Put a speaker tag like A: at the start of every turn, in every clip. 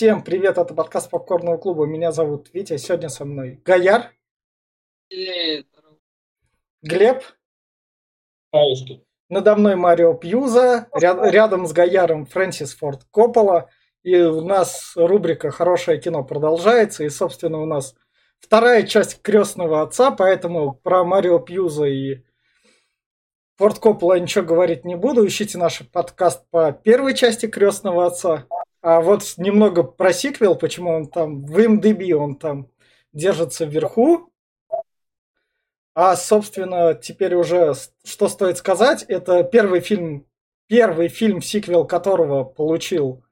A: Всем привет, это подкаст Попкорного клуба. Меня зовут Витя, сегодня со мной Гаяр,
B: Привет.
A: Глеб,
C: Аюшки.
A: надо мной Марио Пьюза, рядом с Гаяром Фрэнсис Форд Коппола. И у нас рубрика «Хорошее кино» продолжается. И, собственно, у нас вторая часть «Крестного отца», поэтому про Марио Пьюза и Форд Коппола ничего говорить не буду. Ищите наш подкаст по первой части «Крестного отца». А вот немного про сиквел, почему он там в IMDb он там держится вверху. А, собственно, теперь уже что стоит сказать, это первый фильм, сиквел которого получил,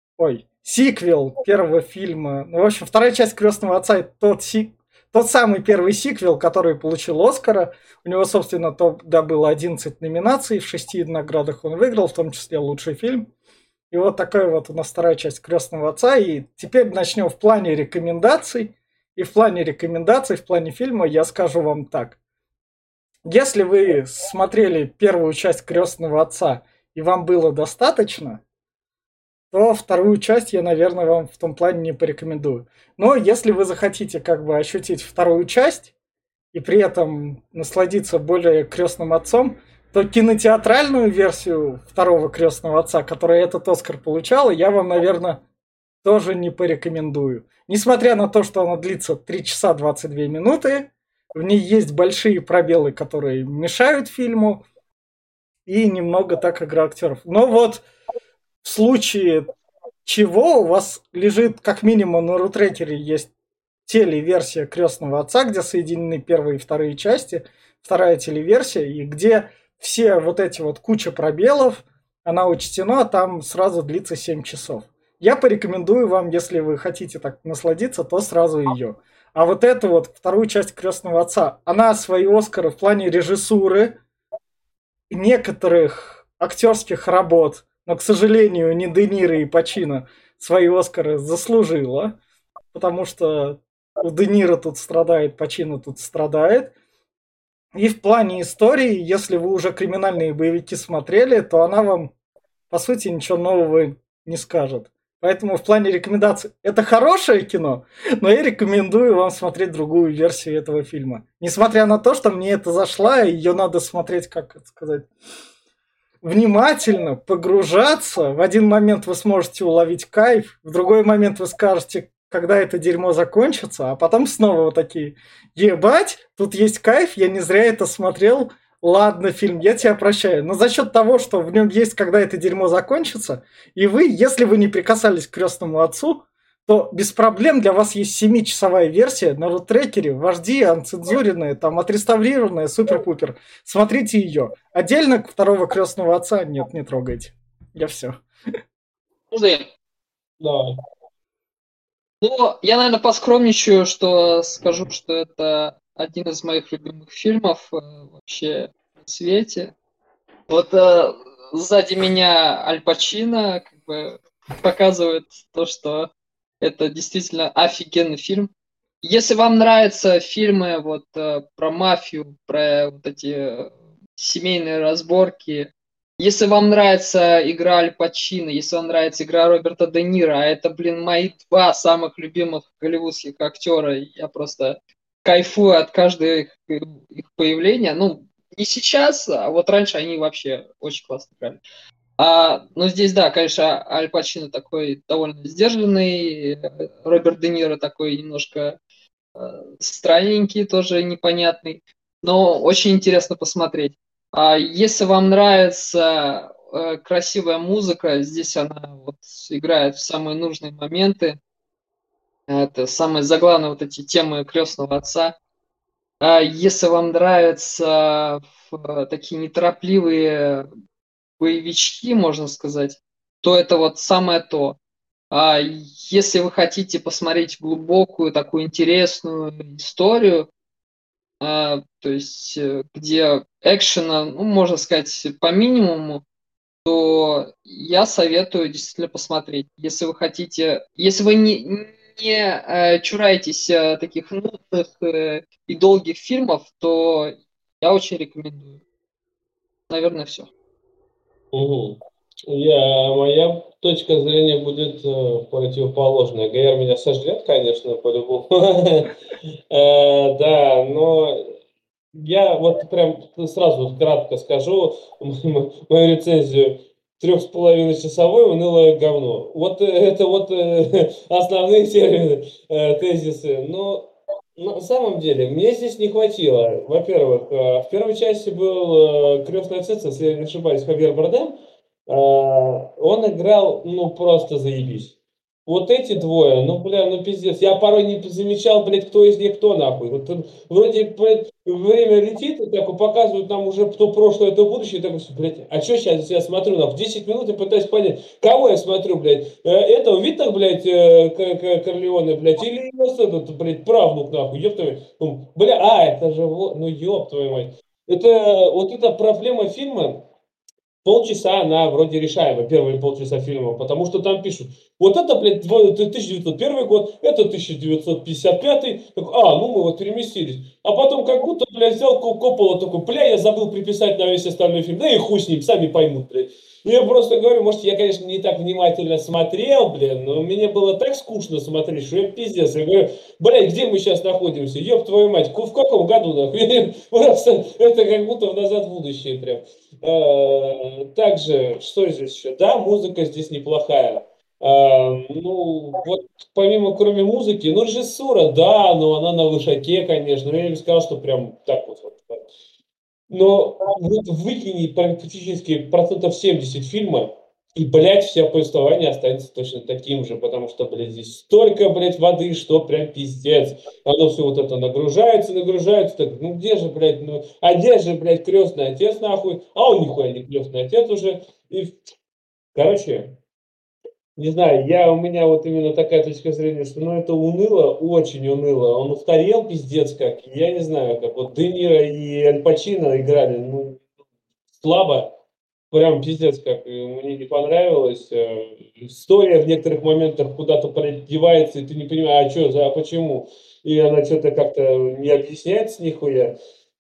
A: сиквел первого фильма, ну, в общем, вторая часть «Крестного отца» это тот самый первый сиквел, который получил Оскара. У него, собственно, тогда было 11 номинаций, в 6 наградах он выиграл, в том числе лучший фильм. И вот такая вот у нас вторая часть «Крестного отца». И теперь начнем в плане рекомендаций. И в плане рекомендаций, в плане фильма я скажу вам так. Если вы смотрели первую часть «Крестного отца» и вам было достаточно, то вторую часть я, наверное, вам в том плане не порекомендую. Но если вы захотите как бы ощутить вторую часть и при этом насладиться более «Крестным отцом», то кинотеатральную версию второго «Крестного отца», которая этот Оскар получала, я вам, наверное, тоже не порекомендую. Несмотря на то, что она длится 3 часа 22 минуты, в ней есть большие пробелы, которые мешают фильму, и немного так игра актеров. Но вот в случае чего у вас лежит как минимум на рутрекере есть телеверсия «Крестного отца», где соединены первые и вторые части, вторая телеверсия, и где все вот эти вот куча пробелов, она учтена, там сразу длится 7 часов. Я порекомендую вам, если вы хотите так насладиться, то сразу ее. А вот эту вот вторую часть «Крестного отца», она свои Оскары в плане режиссуры, некоторых актерских работ, но, к сожалению, не Де Ниро и Пачино свои Оскары заслужила, потому что у Де Ниро тут страдает, Пачино тут страдает. И в плане истории, если вы уже криминальные боевики смотрели, то она вам, по сути, ничего нового не скажет. Поэтому в плане рекомендаций это хорошее кино, но я рекомендую вам смотреть другую версию этого фильма. Несмотря на то, что мне это зашло, ее надо смотреть, как это сказать, внимательно, погружаться. В один момент вы сможете уловить кайф, в другой момент вы скажете, когда это дерьмо закончится, а потом снова вот такие, ебать, тут есть кайф, я не зря это смотрел, ладно, фильм, я тебя прощаю. Но за счет того, что в нем есть, когда это дерьмо закончится, и вы, если вы не прикасались к «Крестному отцу», то без проблем для вас есть 7-часовая версия на рутрекере в HD, анцензуренная, там, отреставрированная, супер-пупер. Смотрите ее. Отдельно второго «Крестного отца» нет, не трогайте. Я все.
B: Можно я?
C: Да.
B: Ну, я, наверное, поскромничаю, что скажу, что это один из моих любимых фильмов вообще на свете. Вот сзади меня Аль Пачино как бы показывает то, что это действительно офигенный фильм. Если вам нравятся фильмы вот про мафию, про вот эти семейные разборки, если вам нравится игра Аль Пачино, если вам нравится игра Роберта Де Ниро, а это, блин, мои два самых любимых голливудских актера, я просто кайфую от каждого их появления. Ну, не сейчас, а вот раньше они вообще очень классно играли. Ну, здесь, да, конечно, Аль Пачино такой довольно сдержанный, Роберт Де Ниро такой немножко странненький, тоже непонятный, но очень интересно посмотреть. Если вам нравится красивая музыка, здесь она вот играет в самые нужные моменты. Это самые заглавные вот эти темы «Крестного отца». Если вам нравятся такие неторопливые боевички, можно сказать, то это вот самое то. Если вы хотите посмотреть глубокую, такую интересную историю, то есть где экшена, ну, можно сказать, по минимуму, то я советую действительно посмотреть. Если вы хотите, если вы не чураетесь таких нудных и долгих фильмов, то я очень рекомендую. Наверное, все.
C: Угу. Моя точка зрения будет противоположная. Гайер меня сожрет, конечно, по-любому. Да, но я вот прям сразу кратко скажу мою рецензию. 3,5-часовое унылое говно. Вот это вот основные термины, тезисы. Но на самом деле мне здесь не хватило. Во-первых, в первой части был крестный отец, если я не ошибаюсь, Хавьер Бардем. Он играл, ну, просто заебись. Вот эти двое, ну, бля, ну, пиздец. Я порой не замечал, блядь, кто из них кто, нахуй. Вот тут вроде, блядь, время летит, и так вот показывают нам уже то прошлое, то будущее. И так, блядь, а что сейчас я смотрю, нахуй? 10 минут и пытаюсь понять, кого я смотрю, блядь? Этого Вита, блядь, Корлеоне, блядь, или этот, блядь, правнук, нахуй, ёб твою. Бля, это же, вот, ну, ёб твою мать. Это, вот эта проблема фильма. Полчаса она вроде решаема, первые полчаса фильма, потому что там пишут, вот это, блядь, 1901 год, это 1955, ну мы вот переместились. А потом как будто, блядь, взял Коппола такой, бля, я забыл приписать на весь остальной фильм, да и хуй с ним, сами поймут, блядь. Я просто говорю, может, я, конечно, не так внимательно смотрел, блин, но мне было так скучно смотреть, что я пиздец. Я говорю, блядь, где мы сейчас находимся? Ёб твою мать, в каком году, нахуй? Просто это как будто в «Назад в будущее» прям. Также, что здесь еще? Да, музыка здесь неплохая. Ну, вот помимо, кроме музыки, ну, режиссура, да, но она на вышаке, конечно. Но я не сказал, что прям так вот. Но вот выкини практически процентов 70 фильма, и, блядь, вся повествование останется точно таким же, потому что, блядь, здесь столько, блядь, воды, что прям пиздец. Оно все вот это нагружается, так, ну где же, блядь, ну, а где же, блядь, крестный отец, нахуй? А он нихуя не крестный отец уже. И, короче, не знаю, у меня вот именно такая точка зрения, что ну это уныло, очень уныло. Он устарел пиздец как, я не знаю, как вот Де Ниро и Аль Пачино играли, ну, слабо, прям пиздец как, мне не понравилось. История в некоторых моментах куда-то продевается, и ты не понимаешь, а почему? И она что-то как-то не объясняется нихуя.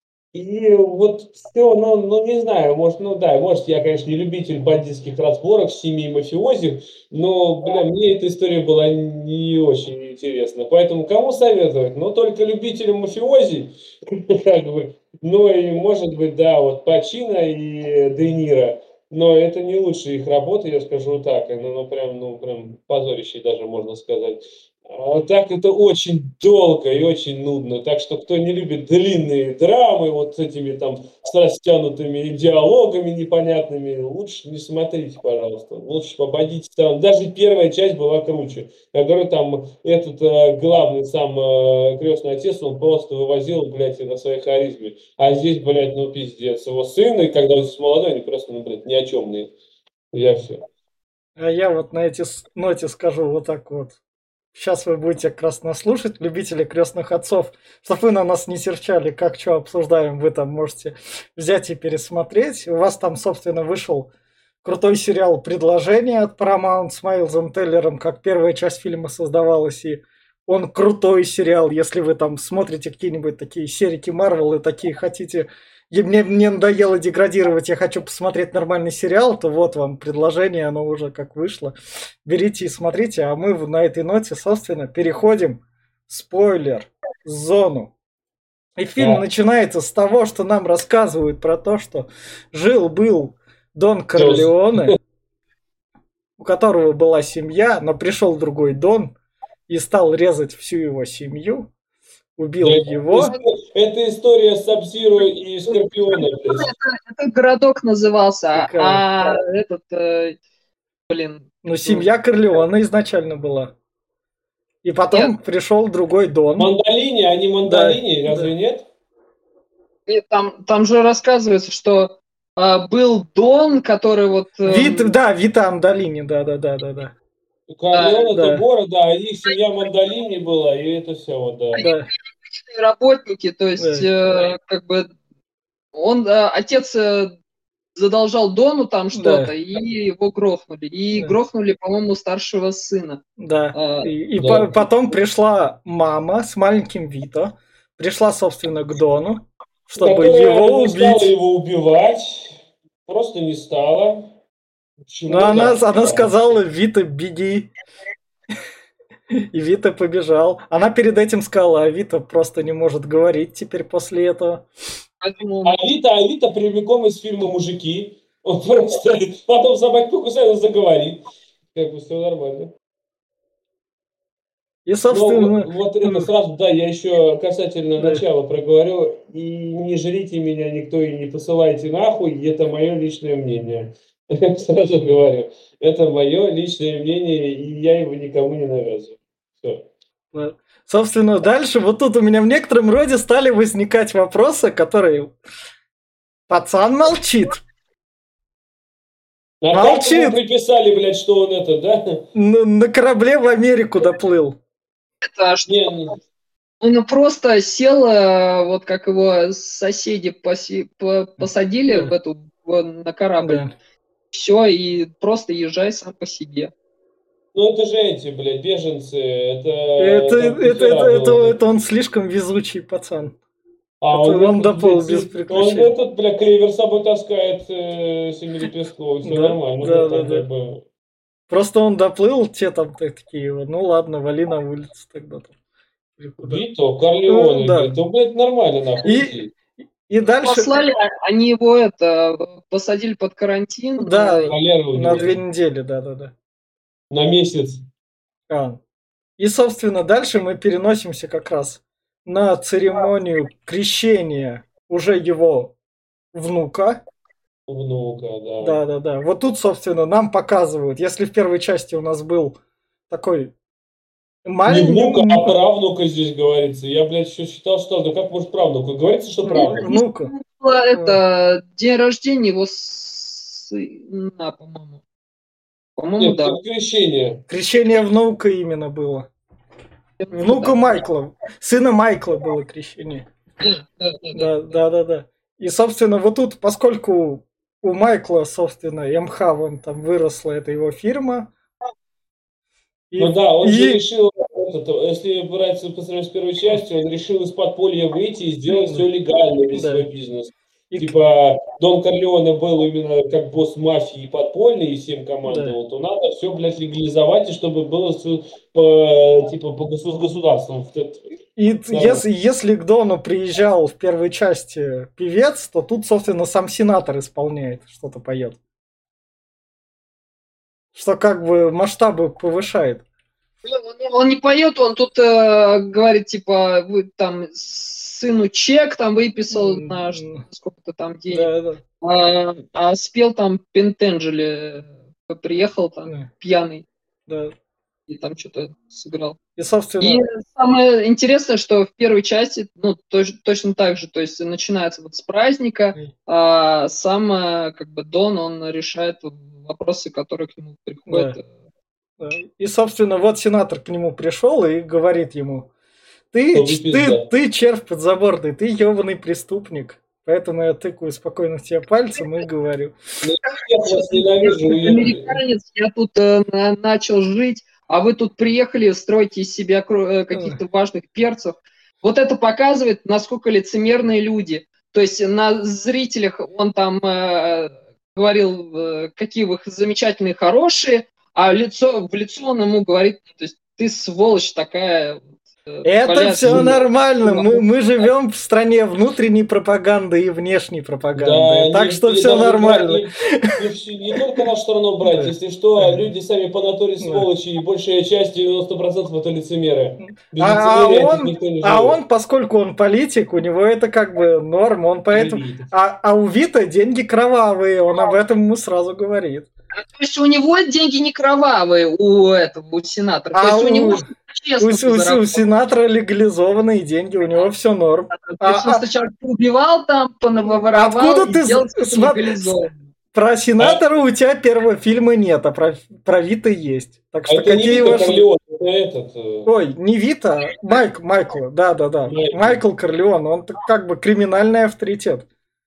C: И вот все, ну не знаю, может, ну да, может, я, конечно, не любитель бандитских разборок, семей мафиози, но, бля, мне эта история была не очень интересна. Поэтому кому советовать? Ну, только любителям мафиози, как бы, ну и, может быть, да, вот Пачино и Де Ниро, но это не лучшие их работы, я скажу так, ну, прям позорище даже, можно сказать. А так это очень долго и очень нудно. Так что кто не любит длинные драмы вот с этими там с растянутыми диалогами непонятными, лучше не смотрите, пожалуйста. Лучше пободите там. Даже первая часть была круче. Я говорю, там этот главный сам крестный отец, он просто вывозил, блядь, на своей харизме. А здесь, блядь, ну пиздец. Его сын, и когда он молодой, они просто, ну, блядь, ни о чемные. Я все.
A: А я вот на эти ноте скажу вот так вот. Сейчас вы будете как раз нас слушать, любители крестных отцов, чтобы вы на нас не серчали, как что обсуждаем, вы там можете взять и пересмотреть. У вас там, собственно, вышел крутой сериал «Предложение» от Paramount с Майлзом Теллером, как первая часть фильма создавалась, и он крутой сериал, если вы там смотрите какие-нибудь такие серики Марвел и такие хотите и мне надоело деградировать, я хочу посмотреть нормальный сериал, то вот вам предложение, оно уже как вышло. Берите и смотрите, а мы на этой ноте, собственно, переходим в спойлер-зону. И фильм
C: Да.
A: начинается с того, что нам рассказывают про то, что жил-был Дон Корлеоне, у которого была семья, но пришел другой Дон и стал резать всю его семью, убил
C: Да,
A: его.
C: это история Сабзиро и Скорпиона, блядь.
B: Это городок назывался,
A: Какая?
B: а этот, блин,
A: Ну, семья Корлеона изначально была. И потом
B: нет,
A: пришел другой Дон.
C: Мандалини, а не Мандалини, разве нет?
B: нет, там же рассказывается, что был Дон, который вот...
A: Вита Андалини, да.
C: Корлеон это
A: Да.
C: город, да, а их семья Мандалини была, и это все, вот, да.
B: Они обычные работники, то есть, как бы, отец задолжал Дону там что-то, и его грохнули. И грохнули, по-моему, старшего сына.
A: Да.
C: Да.
A: Потом пришла мама с маленьким Вито. Пришла, собственно, к Дону, чтобы
C: Которая
A: его
C: не стала
A: убить.
C: его убивать, просто не стала. Почему?
A: Но она
C: Да.
A: сказала: Вита, беги. И Вита побежал. Она перед этим сказала, а Вита просто не может говорить теперь после этого.
B: Поэтому
C: Авито прямиком из фильма «Мужики». Он просто потом собаку покусает, он заговорит. Как бы все нормально.
A: И,
C: Ну,
A: собственно,
C: вот это сразу, да, я еще касательно
A: да.
C: начала проговорю. И не жрите меня никто и не посылайте нахуй, это мое личное мнение. Сразу говорю, это мое личное мнение, и я его никому не навязываю. Все.
A: Да. Собственно, дальше вот тут у меня в некотором роде стали возникать вопросы, которые... Пацан молчит.
C: А как
A: Молчит.
C: ему приписали, блядь, что он это, да?
A: На корабле в Америку доплыл.
B: это что
C: Не, ну,
B: он просто сел, вот как его соседи посадили
A: Да.
B: на корабль,
A: Да.
B: все, и просто езжай сам по себе.
C: ну это же эти, блядь, беженцы.
A: Это он слишком везучий пацан.
C: А
A: Это
C: он
A: он
C: этот,
A: доплыл
C: блядь,
A: без
C: он
A: приключений.
C: этот, бля, клевер с собой таскает семилепестковый, все
A: Да,
C: нормально.
A: да,
C: Ну, там
A: да.
C: как бы...
A: Просто он доплыл, те там такие вот, ну ладно, вали на улицу тогда там. Или куда.
C: Вито, Корлеоне,
A: Да.
C: блядь, да, блядь, нормально, нахуй, иди.
A: И дальше...
B: Послали, они его посадили под карантин.
A: Да,
C: Холеру у
A: на
C: него.
A: 2 недели, да.
C: На месяц.
A: И, собственно, дальше мы переносимся как раз на церемонию крещения уже его внука.
C: Внука, да.
A: Да. Вот тут, собственно, нам показывают, если в первой части у нас был такой
C: Не внука, а правнука здесь говорится. Я, блядь, еще считал, что... Да как может правнука? Говорится, что правнук.
A: внука.
B: Это день рождения его сына, по-моему. По-моему,
C: Нет,
B: да.
C: это крещение.
A: Крещение внука именно было. Внука Майкла. Сына Майкла было крещение. Да. И, собственно, вот тут, поскольку у Майкла, собственно, МХ, вон там выросла, это его фирма.
C: Ну да, он же решил, если брать по сравнению с первой частью, он решил из подполья выйти и сделать все легально, весь свой бизнес. Типа Дон Корлеоне был именно как босс мафии подпольный и всем командовал, то надо все, блядь, легализовать, и чтобы было по государству.
A: И если к Дону приезжал в первой части певец, то тут, собственно, сам сенатор исполняет, что-то поет. Что как бы масштабы повышает.
B: Он не поет, он тут говорит, типа, вы там сыну чек там выписал на сколько-то там денег.
A: Да.
B: А спел там Пентенджели, приехал там пьяный.
A: Да.
B: И там что-то сыграл.
A: И, собственно...
B: И самое интересное, что в первой части, ну, точно так же, то есть начинается вот с праздника, а сам как бы Дон, он решает вопросы, которые к нему приходят.
A: Да. И, собственно, вот сенатор к нему пришел и говорит ему: ты червь подзаборный, ты ебаный преступник. Поэтому я тыкаю спокойно в тебя пальцем и говорю:
C: я вас ненавижу.
B: Американец, я тут начал жить, а вы тут приехали, строите из себя каких-то важных перцев. Вот это показывает, насколько лицемерные люди. То есть на зрителях он там говорил, какие вы замечательные, хорошие, а в лицо он ему говорит, то есть ты сволочь такая.
A: Это все нормально. Мы живем в стране внутренней пропаганды и внешней пропаганды.
C: Да,
A: так что все нормально.
C: Не только нашу страну брать, если что, люди сами по натуре сволочи, и большая часть, 90% это лицемеры.
A: Он, поскольку он политик, у него это как бы норм, он поэтому... А у Вита деньги кровавые, он об этом ему сразу говорит.
B: То есть у него деньги не кровавые, у сенатора. То есть у него
A: у сенатора легализованные деньги, у него все норм.
B: То есть он сначала убивал там, воровал.
A: Откуда ты про сенатора у тебя первого фильма нет, а про Вита есть. Так что
C: это
A: какие
C: ваши... этот...
A: Ой, не Вита, Майкл, да. Майкл Корлеон, он как бы криминальный авторитет.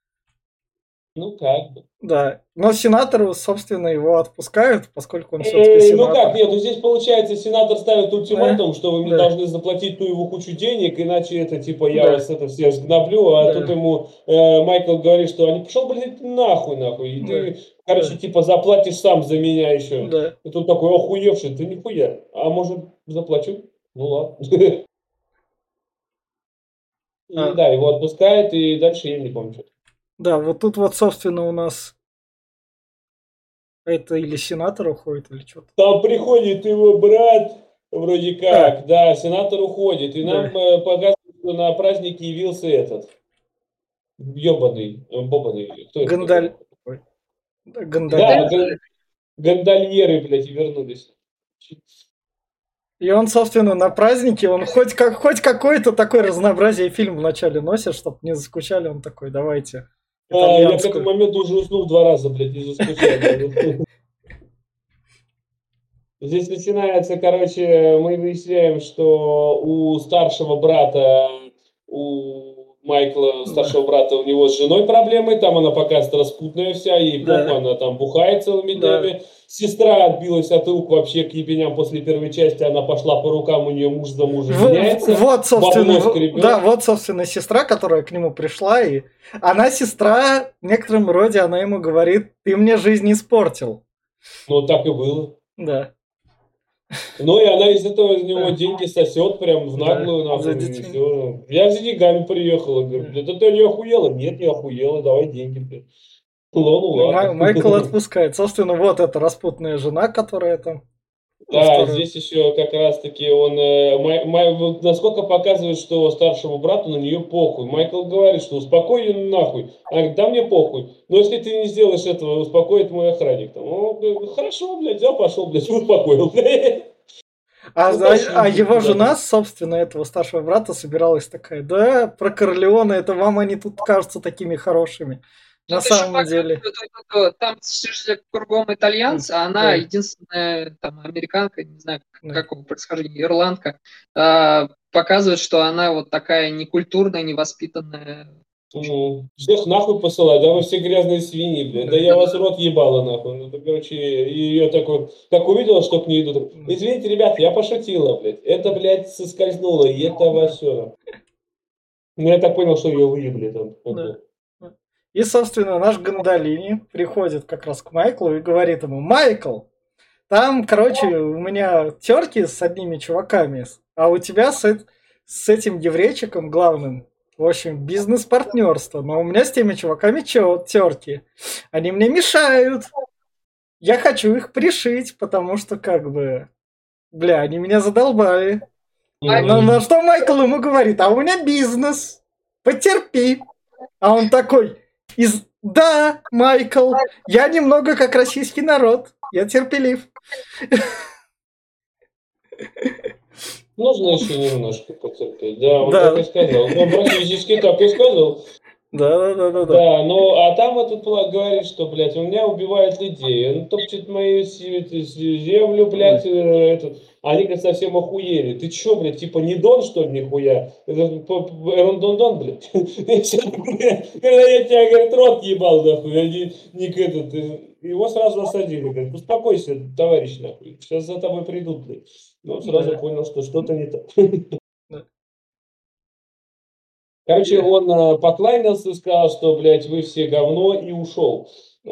C: Ну как бы.
A: Да, но сенатору, собственно, его отпускают, поскольку он все-таки сенатор.
C: Ну как, нет, здесь получается сенатор ставит ультиматум, что вы мне должны заплатить ту его кучу денег, иначе это типа я вас это все сгноблю, а тут ему Майкл говорит, что они пошел, блядь, нахуй, и ты короче, типа, заплатишь сам за меня еще.
A: Да.
C: И тут такой охуевший, ты нихуя. А может, заплачу? Ну ладно. И
A: А.
C: да, его отпускают, и дальше я не помню, что.
A: Да, вот тут вот, собственно, у нас это или сенатор уходит, или что-то.
C: Там приходит его брат, вроде как, да, сенатор уходит, и нам показывают, что на празднике явился этот, бобаный, кто это
A: Гондаль...
C: такой?
A: Ой. Да,
C: Да,
A: Гондаль.
C: гондольеры, блядь, вернулись.
A: И он, собственно, на празднике, он хоть какое-то такое разнообразие фильм вначале носит, чтобы не заскучали, он такой, давайте.
C: Я к этому моменту уже уснул 2 раза, блядь, не заскучал. Здесь начинается, короче, мы выясняем, что у старшего брата, у Майкла, старшего брата, у него с женой проблемы, там она показывает распутная вся, ей похуй, она там бухает целыми днями. Сестра отбилась от рук вообще к ебеням после первой части, она пошла по рукам, у нее муж за мужем меняется.
A: Вот, собственно, сестра, которая к нему пришла, и она сестра, в некотором роде, она ему говорит, ты мне жизнь испортил.
C: Ну, так и было.
A: Да.
C: Ну, и она из этого из него деньги сосет прям в наглую, нахуй, и все. Я за деньгами приехала, говорю, да ты не охуела? Нет, не охуела, давай деньги, блядь. Ну ладно.
A: Майкл отпускает. Собственно, вот эта распутная жена, которая там...
C: Да, здесь еще как раз-таки он, насколько показывает, что старшему брату на нее похуй. Майкл говорит, что успокой ее нахуй. Она говорит, да мне похуй. Но если ты не сделаешь этого, успокоит мой охранник. Там, хорошо, блядь, взял, пошел, блядь, успокоил, блядь.
A: А его жена, собственно, этого старшего брата собиралась такая, да, про Корлеоне, это вам они тут кажутся такими хорошими. На самом деле.
B: Там же кругом итальянцы, а она единственная там американка, не знаю какого происхождения, ирландка, показывает, что она вот такая некультурная, невоспитанная.
C: Всех нахуй посылать, да вы все грязные свиньи, блядь, да я вас рот ебала нахуй. Ну, короче, ее такой, как увидела, что к ней идут, извините, ребят, я пошутила, блядь, это, блядь, соскользнуло, и это все. Ну, я так понял, что ее выебли там.
A: И, собственно, наш Гондолини приходит как раз к Майклу и говорит ему, Майкл, там, короче, у меня терки с одними чуваками, а у тебя с этим еврейчиком главным, в общем, бизнес-партнерство, но у меня с теми чуваками терки. Они мне мешают. Я хочу их пришить, потому что, как бы, бля, они меня задолбали. На что Майкл ему говорит, а у меня бизнес, потерпи. А он такой, да, Майкл, я немного как российский народ, я терпелив.
C: Нужно еще немножко потерпеть. Да, он так и сказал. Он практически так и сказал.
A: Да.
C: Да, ну, а там этот говорит, что, блядь, у меня убивают людей. Он топчет мою землю, блядь, Они, говорит, совсем охуели. Ты чё, блядь, типа не Дон, что ли, нихуя? Эрондон, блядь. Когда я тебя, говорит, рот ебал, нахуй, его сразу осадили, говорит, успокойся, товарищ, нахуй, сейчас за тобой придут, блядь. Ну, сразу понял, что что-то не так. Короче, он поклонился и сказал, что, блядь, вы все говно, и ушел.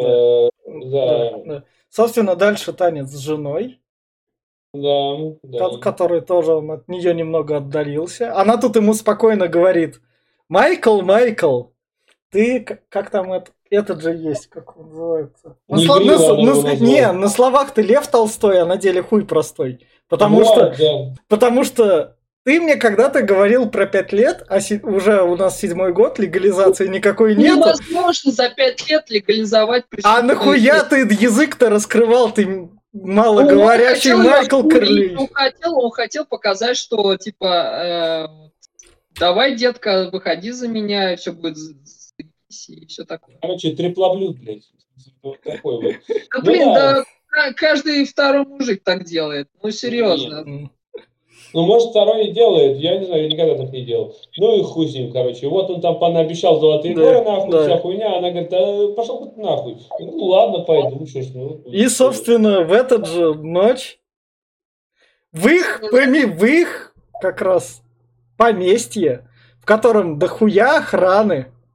A: Да. Собственно, дальше танец с женой.
C: Да.
A: Который тоже он от нее немного отдалился. Она тут ему спокойно говорит, Майкл, ты, как там этот же есть, как он называется? На словах ты Лев Толстой, а на деле хуй простой. Потому что ты мне когда-то говорил про 5 лет, а уже у нас 7-й год, легализации никакой нет.
B: Невозможно за 5 лет легализовать преступление.
A: А нахуя ты язык-то раскрывал, ты малоговорящий Майкл Корлеоне?
B: Он хотел показать, что типа давай, детка, выходи за меня, и все будет и все такое.
C: Короче, треплоблюд, блядь. Вот такой вот.
B: Да блин, да каждый второй мужик так делает. Ну серьезно.
C: Ну, может, второй и делает, я не знаю, я никогда так не делал. Ну и хуй с ним, короче. Вот он там понаобещал золотые горы, нахуй, вся хуйня. Она говорит, пошел хоть нахуй. Ну ладно, пойду, что ж.
A: И, собственно, в этот же ночь в их как раз поместье, в котором дохуя охраны,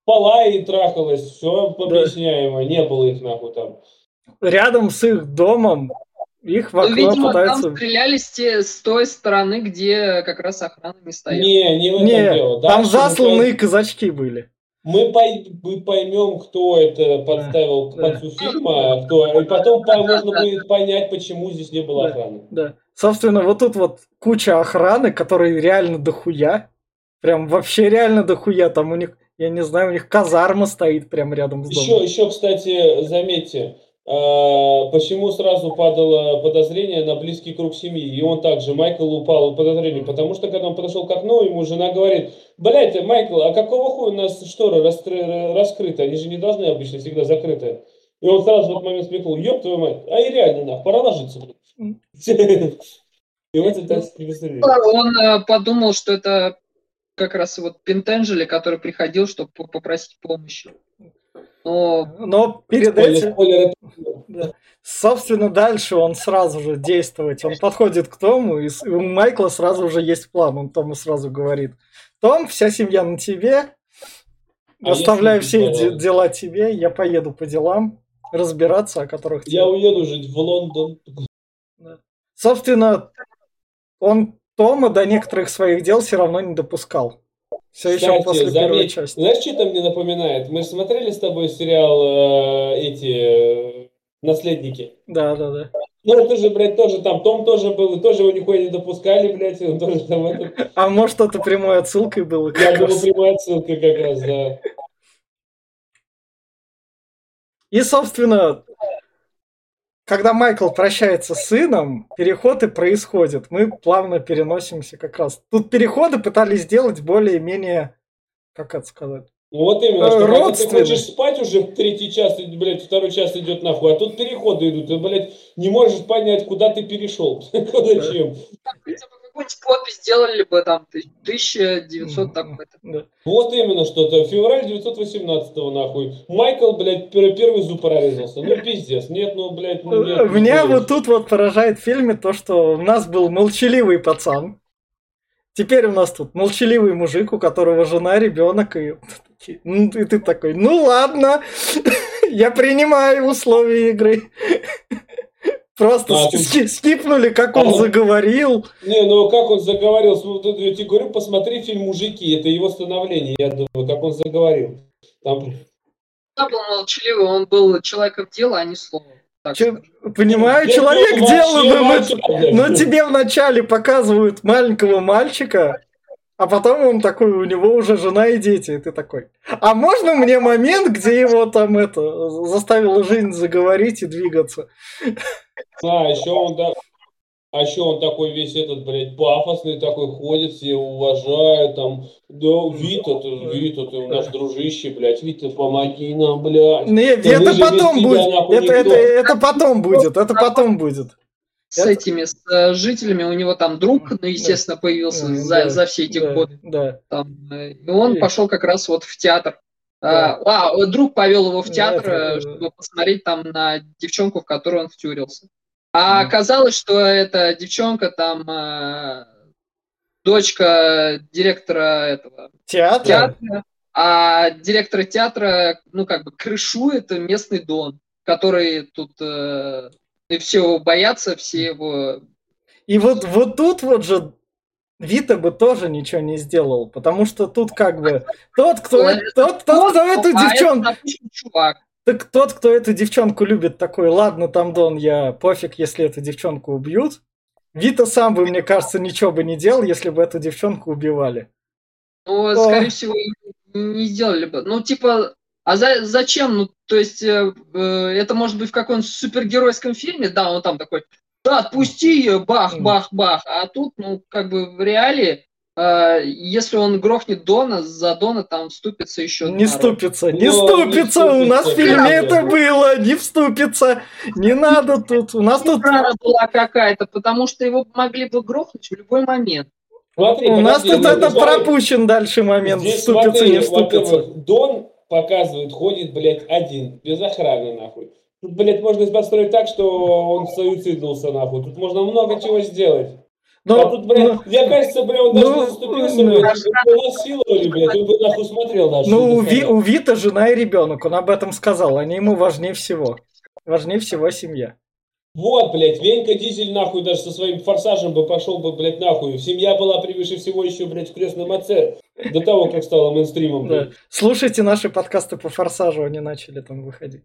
C: спала и трахалась, все объясняемо, не было их нахуй там.
A: Рядом с их домом их в
B: Ну,
A: окно
B: видимо, там
A: пытаются...
B: стреляли с той стороны, где как раз охрана не стояла.
C: Не в этом
A: Не,
C: дело.
A: там
C: Дальше
A: засланные казачки были.
C: мы поймем, кто это подставил к концу фильма, кто, и потом можно будет понять, почему здесь не было охраны.
A: Да. Собственно, вот тут вот куча охраны, которые реально дохуя. Прям вообще реально дохуя. Там у них, я не знаю, у них казарма стоит прям рядом с домом.
C: Еще, кстати, заметьте, почему сразу падало подозрение на близкий круг семьи. И он также, Майкл, упал в подозрение. Потому что, когда он подошел к окну, ему жена говорит: блядь, Майкл, а какого хуя у нас шторы раскрыты? Они же не должны обычно всегда закрыты. И он сразу в этот момент смекнул: ёб твою мать, а и реально, нахуй, пора ложиться, блядь. И вот это
B: Он подумал, что это как раз вот Пентенджели, который приходил, чтобы попросить помощи.
A: Но перед этим... Да. Собственно, дальше он сразу же действовать. Он подходит к Тому, и у Майкла сразу же есть план. Он Тому сразу говорит: Том, вся семья на тебе. Оставляю все дела тебе. Я поеду по делам разбираться, о которых...
C: Я уеду жить в Лондон.
A: Да. Собственно, он Тома до некоторых своих дел все равно не допускал. Все
C: Кстати,
A: еще после первой части.
C: Знаешь, что это мне напоминает? Мы же смотрели с тобой сериал «Наследники».
A: Да.
C: Ну, это же, блядь, тоже там, Том тоже был, и тоже его нихуя не допускали, блядь, и он тоже там это...
A: А может, это прямой отсылкой было?
C: Я думаю, прямая отсылка как раз, да.
A: И, собственно, когда Майкл прощается с сыном, переход и происходит. Мы плавно переносимся как раз. Тут переходы пытались сделать более-менее, как это сказать,
C: Ну вот именно, что когда ты
A: родственные.
C: хочешь спать уже в третий час, блядь, второй час идет нахуй, а тут переходы идут, ты, блядь, не можешь понять, куда ты перешел, зачем.
B: Хотя бы какую-нибудь подпись сделали бы там 1900 такой-то.
A: Да.
C: Вот именно что-то. Февраль 918-го, нахуй. Майкл, блядь, первый зуб прорезался. Ну, пиздец. Нет, ну, блядь, ну, нет.
A: Меня вот тут вот поражает в фильме то, что у нас был молчаливый пацан. Теперь у нас тут молчаливый мужик, у которого жена, ребенок, и ты такой: ну ладно, я принимаю условия игры. Просто скипнули, как он заговорил.
C: Не, ну как он заговорил? Я тебе говорю, посмотри фильм «Мужики», это его становление, я думаю, как он заговорил. Там...
B: Он был молчаливый, он был человеком дела, а не словом.
A: Понимаю, человек дела, но тебе вначале показывают маленького мальчика, а потом он такой, у него уже жена и дети, и ты такой: а можно мне момент, где его там заставила жизнь заговорить и двигаться?
C: А еще он такой весь этот, блядь, пафосный такой, ходит, все уважают, там, да, Вита, ты наш дружище, блядь, Вита, помоги нам, блядь.
A: Нет, это потом будет, это потом будет.
B: С этими, с жителями, у него там друг, ну, естественно, появился за все эти годы. И он пошел как раз вот в театр. Друг повел его в театр, чтобы посмотреть там на девчонку, в которую он втюрился. А оказалось, что эта девчонка там дочка директора этого театра, а директор театра, ну, как бы крышует местный дон, который тут все его боятся, все его...
A: И вот тут вот же Вита бы тоже ничего не сделал, потому что тут как бы тот, кто эту девчонку... Так тот, кто эту девчонку любит, такой: ладно, там Дон, я пофиг, если эту девчонку убьют. Вита сам бы, мне кажется, ничего бы не делал, если бы эту девчонку убивали.
B: Ну, скорее всего, не сделали бы. Ну, типа, а зачем? Ну, то есть, это может быть в каком-нибудь супергеройском фильме, да, он там такой: да, отпусти ее, бах, бах, бах. А тут, ну, как бы в реале, если он грохнет Дона, за Дона там вступится еще...
A: Не вступится, у нас в фильме это было, не вступится, не надо тут, у нас тут...
B: была какая-то, потому что его могли бы грохнуть в любой момент.
C: Смотри,
A: у нас тут это пропущен дальше момент, здесь, вступится, не вступится.
C: Дон показывает, ходит, блядь, один, без охраны, нахуй. Тут, блядь, можно построить так, что он суициднулся, нахуй. Тут можно много чего сделать. А тут, блядь, мне кажется, блядь, он даже не заступился, блядь, его насиловали, блядь, он бы нахуй смотрел даже.
A: У Вита жена и ребенок, он об этом сказал, они ему важнее всего. Важнее всего семья.
C: Вот, блядь, Венька Дизель, нахуй, даже со своим форсажем бы пошел бы, блядь, нахуй. Семья была превыше всего еще, блядь, в «Крестном отце». До того, как стало мейнстримом, блядь.
A: Да. Слушайте наши подкасты по форсажу, они начали там выходить.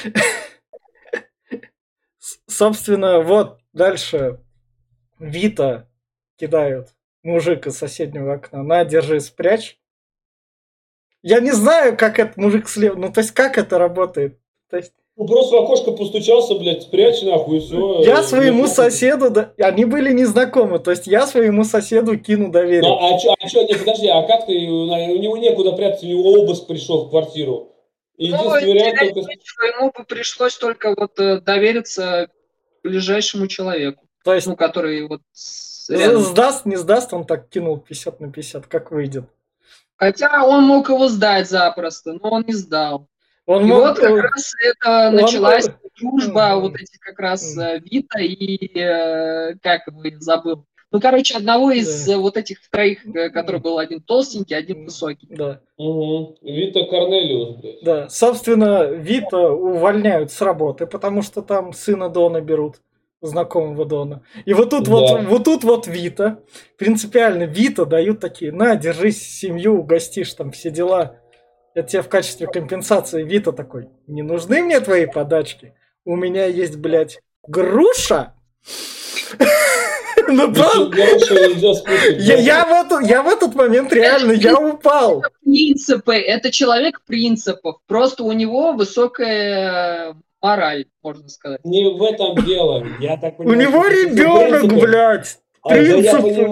A: Собственно, вот дальше Вита кидают мужик из соседнего окна. На, держи, спрячь. Я не знаю, как этот мужик слева... Ну, то есть, как это работает? То есть...
C: Ну, просто в окошко постучался, блядь, спрячь, нахуй, и все.
A: Я своему соседу... Они были незнакомы. То есть, я своему соседу кину доверие.
C: Ну, а чё, не, подожди, а как ты... У него некуда прятаться, у него обыск пришел в квартиру. И единственный вариант только...
B: Ему бы пришлось только вот довериться ближайшему человеку.
A: То есть,
B: ну, который вот...
A: Сдаст, не сдаст, он так кинул 50 на 50, как выйдет.
B: Хотя он мог его сдать запросто, но он не сдал.
A: Он
B: и
A: мог...
B: вот как раз это началась дружба вот этих как раз Вита и... как его я забыл. Ну, короче, одного из вот этих троих, который был один толстенький, один высокий.
A: Да.
C: Угу. Вита Корнелиус, блядь.
A: Да. Собственно, Вита увольняют с работы, потому что там сына Дона берут, знакомого Дона. И вот тут вот Вита, принципиально Вита дают такие: на, держись, семью, угостишь, там все дела. Это тебе в качестве компенсации. Вита такой: не нужны мне твои подачки. У меня есть, блядь, груша. Ну, я в этот момент реально, я упал.
B: Принципы, это человек принципов. Просто у него высокая мораль, можно сказать.
C: Не в этом дело. Я так
A: понимаю, у него ребенок, блядь. Принципы.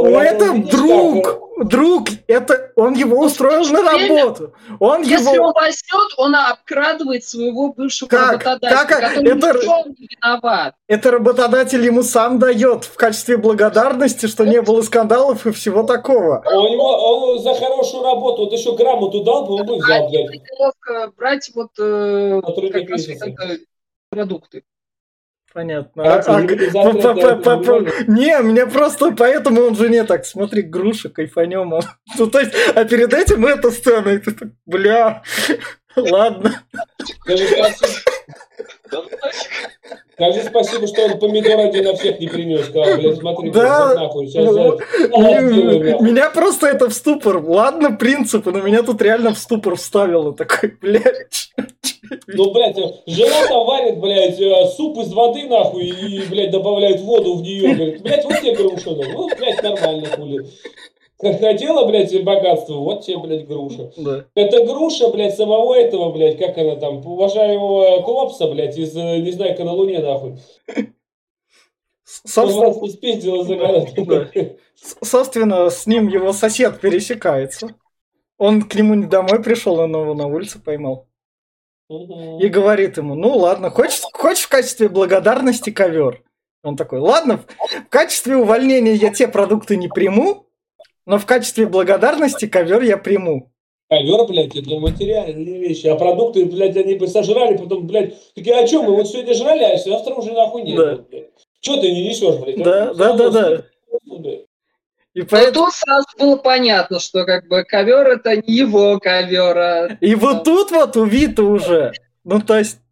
A: Это друг, это он его устроил на работу.
B: Если он возьмет, он обкрадывает своего бывшего работодателя, который ни в чем не виноват.
A: Это работодатель ему сам дает в качестве благодарности, что не было скандалов и всего такого.
C: Он за хорошую работу, вот еще грамоту дал, он бы взял, блядь.
B: Брать вот продукты.
A: Понятно. Не, мне просто поэтому он жене так: смотри, груша, кайфанем. Ну, то есть, а перед этим эта сцена, и ты так: бля, ладно.
C: Скажи спасибо, что он помидор один на всех не принес. Сказал, блядь, смотри,
A: да, нахуй, меня просто это в ступор. Ладно, принципы, но меня тут реально в ступор вставило. Такой, блядь.
C: Ну, блядь, жена там варит, блядь, суп из воды, нахуй, и, блядь, добавляет воду в нее. Говорит: блядь, вот тебе груша. Ну, блядь, нормально, хули. Хотела, блядь, богатство, вот тебе, блядь, груша.
A: Да.
C: Это груша, блядь, самого этого, блядь, как она там, уважаемого Клопса, блядь, из «Незнайка на Луне», нахуй.
A: Собственно, с ним его сосед пересекается. Он к нему не домой пришел, он его на улице поймал. И говорит ему: ну ладно, хочешь в качестве благодарности ковер? Он такой: ладно, в качестве увольнения я те продукты не приму, но в качестве благодарности ковер я приму.
C: Ковер, блядь, это материальные вещи. А продукты, блядь, они бы сожрали, потом, блядь, такие: а что, мы вот сегодня жрали, а завтра уже нахуй нет. Да. Что ты не несешь, блядь?
A: Да.
B: И поэтому... тут сразу было понятно, что как бы ковер это не его ковер.
A: И вот тут вот у Вита уже. Ну, то есть.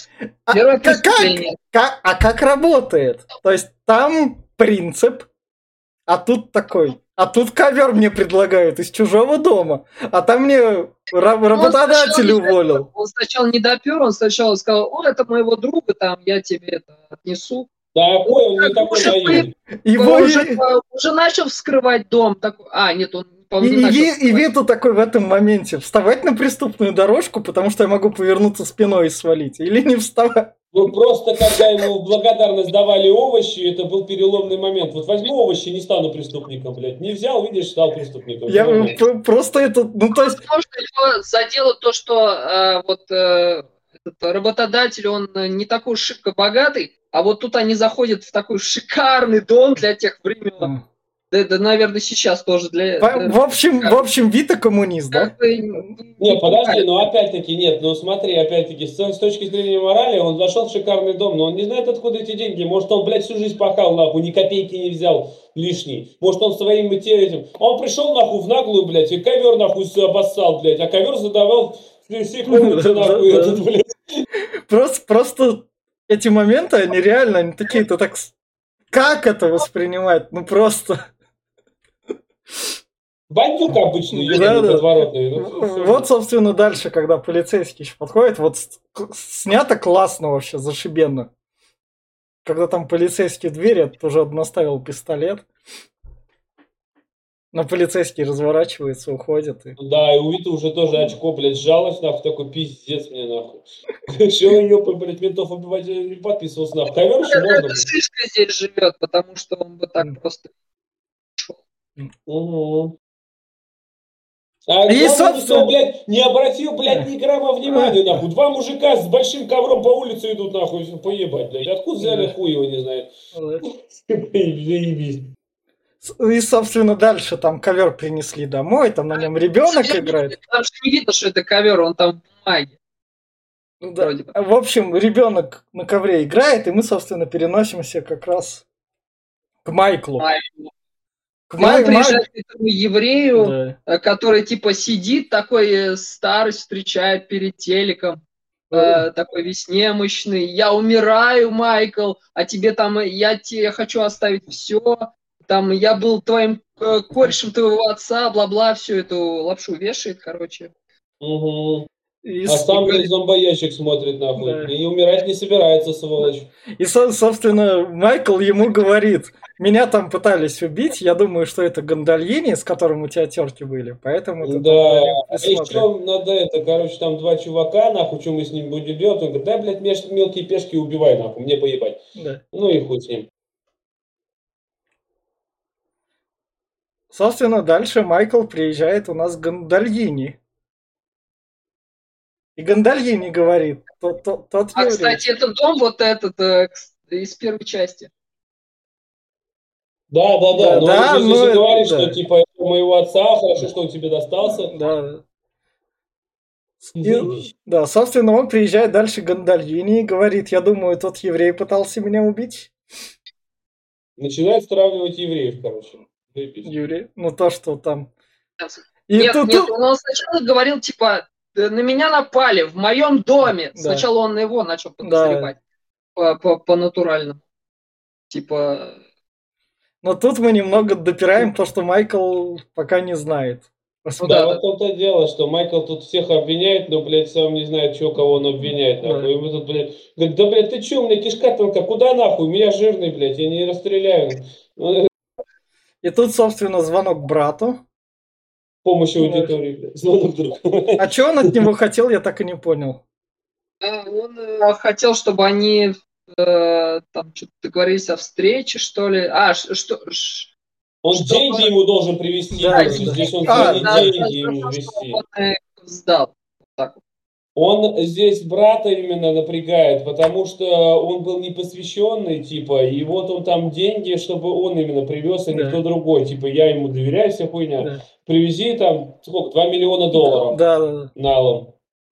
A: Как работает? То есть там принцип, а тут такой. А тут ковер мне предлагают из чужого дома. А там мне работодатель уволил.
B: Он сначала не допер, он сначала сказал: о, это моего друга, там я тебе это отнесу.
C: Да, он не такой наивный.
B: Уже начал вскрывать дом. Нет, он...
A: И Вита такой в этом моменте: вставать на преступную дорожку, потому что я могу повернуться спиной и свалить, или не вставать?
C: Ну, просто когда ему в благодарность давали овощи, это был переломный момент. Вот возьму овощи, не стану преступником, блядь. Не взял, видишь, стал преступником.
A: Я просто это... Ну, то есть...
B: Потому что его задело то, что этот работодатель, он не такой шибко богатый, а вот тут они заходят в такой шикарный дом для тех времен. Да, наверное, сейчас тоже для...
A: В общем, Вита коммунист, да?
B: Как бы
C: Не, подожди, ну опять-таки, нет, ну смотри, опять-таки, с точки зрения морали, он зашел в шикарный дом, но он не знает, откуда эти деньги. Может, он, блядь, всю жизнь пахал, нахуй, ни копейки не взял лишний. Может, он своим этим... Он пришел, нахуй, в наглую, блядь, и ковер, нахуй, обоссал, блядь, а ковер задавал все комнаты, нахуй, этот, блядь.
A: Просто эти моменты, они реально, они такие, ты так... Как это воспринимать? Ну просто...
C: Бандюк обычный,
A: Да, да.
C: подворотный.
A: Вот, собственно, дальше, когда полицейский еще подходит, вот снято классно вообще, зашибенно. Когда там полицейский в двери, я тоже наставил пистолет. Но полицейский разворачивается, уходит. И...
C: Да, и у Виты уже тоже очко, блядь, сжалось, нахуй, такой пиздец мне, нахуй. Что ее, блядь, ментов убивать не подписывался, нахуй. Ковер еще можно,
B: это шишка здесь живет, потому что он бы так просто...
C: Угу. А
A: И,
C: главное,
A: собственно...
C: никто, блядь, не обратил, блядь, ни грамма внимания, нахуй. Два мужика с большим ковром по улице идут, нахуй, поебать, блядь. Откуда взяли, хуй его не знает. Заебись.
A: И, собственно, дальше там ковер принесли домой, там на нем ребенок играет.
B: Потому что не видно, что это ковер, он там в бумаге.
A: Да. В общем, ребенок на ковре играет, и мы, собственно, переносимся как раз к Майклу.
B: Он приезжает к этому еврею, да, который типа сидит такой старый, встречает перед телеком, такой весь немощный. Я умираю, Майкл, а тебе там, я тебе хочу оставить все. Там я был твоим корешем твоего отца, бла-бла, всю эту лапшу вешает, короче.
C: Угу. А сам, блядь, зомбоящик смотрит, нахуй. Да. И умирать не собирается, сволочь.
A: И, собственно, Майкл ему говорит, меня там пытались убить, я думаю, что это Гандальини, с которым у тебя терки были, поэтому ты
C: да, а еще надо это, короче, там два чувака, нахуй, что мы с ним будем делать, он говорит, да, блядь, мелкие пешки убивай, нахуй, мне поебать.
A: Да.
C: Ну и хуй с ним.
A: Собственно, дальше Майкл приезжает у нас к Гандальини. И Гандальини говорит, тот еврей.
B: Кстати, этот дом вот этот из первой части.
C: Да, но он здесь говорит, что типа это у моего отца, хорошо, что он тебе достался.
A: Да. Да, собственно, он приезжает дальше к Гандальини и говорит, я думаю, тот еврей пытался меня убить.
C: Начинает стравливать евреев, короче.
A: Еврей? Ну то, что там...
B: Нет, он сначала говорил, типа, на меня напали в моем доме. Да. Сначала он его начал подозревать. Да. По натуральному. Типа...
A: Но тут мы немного допираем то, что Майкл пока не знает.
C: Ну, да, вот том-то дело, что Майкл тут всех обвиняет, но, блядь, сам не знает, кого он обвиняет, нахуй. Да. И мы тут, блядь, говорит, да, блядь, ты чё, у меня кишка тонка, куда нахуй? Меня жирный, блядь, я не расстреляю.
A: И тут, собственно, звонок брату.
C: Помощь аудитории, блядь, звонок другу.
A: А чё он от него хотел, я так и не понял.
B: Он хотел, чтобы они там что-то договорились о встрече, что ли.
C: Он деньги ему должен привезти.
A: Да,
C: здесь он деньги ему везти.
B: Он сдал. Так.
C: Он здесь брата именно напрягает, потому что он был непосвященный, типа, и вот он там деньги, чтобы он именно привез, а никто другой. Типа, я ему доверяю, вся хуйня. Да. Привези там, сколько, 2 миллиона долларов налом.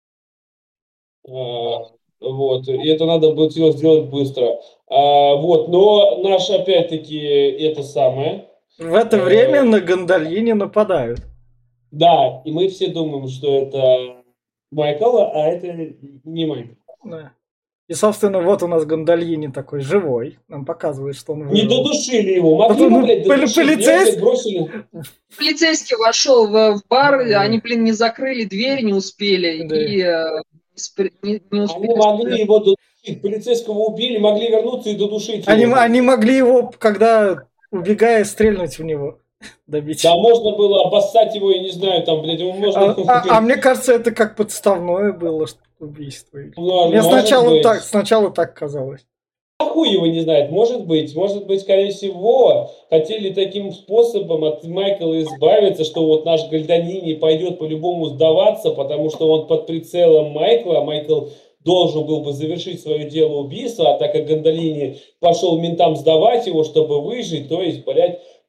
C: Вот, и это надо было сделать быстро. Вот, но наш, опять-таки, это самое.
A: В это время на Гандальини нападают.
C: Да, и мы все думаем, что это Майкл, а это не Майкл.
A: Да. И, собственно, вот у нас Гандальини такой живой. Нам показывает, что он выжил.
C: Не додушили его. Могли его, блядь, додушить.
B: Полицейский вошел в бар, они, блин, не закрыли дверь, не успели. Да. И не успели.
C: Они могли его додушить. Полицейского убили, могли вернуться и додушить
A: его. Они могли его, когда убегая, стрельнуть в него. Добить.
C: Да, можно было обоссать его, я не знаю, там, блядь, его можно...
A: А мне кажется, это как подставное было убийство. Мне сначала так казалось.
C: А хуй его не знает, может быть, скорее всего, хотели таким способом от Майкла избавиться, что вот наш Гандальини пойдет по-любому сдаваться, потому что он под прицелом Майкла, Майкл должен был бы завершить свое дело убийства, а так как Гандальини пошел ментам сдавать его, чтобы выжить, то есть, блядь,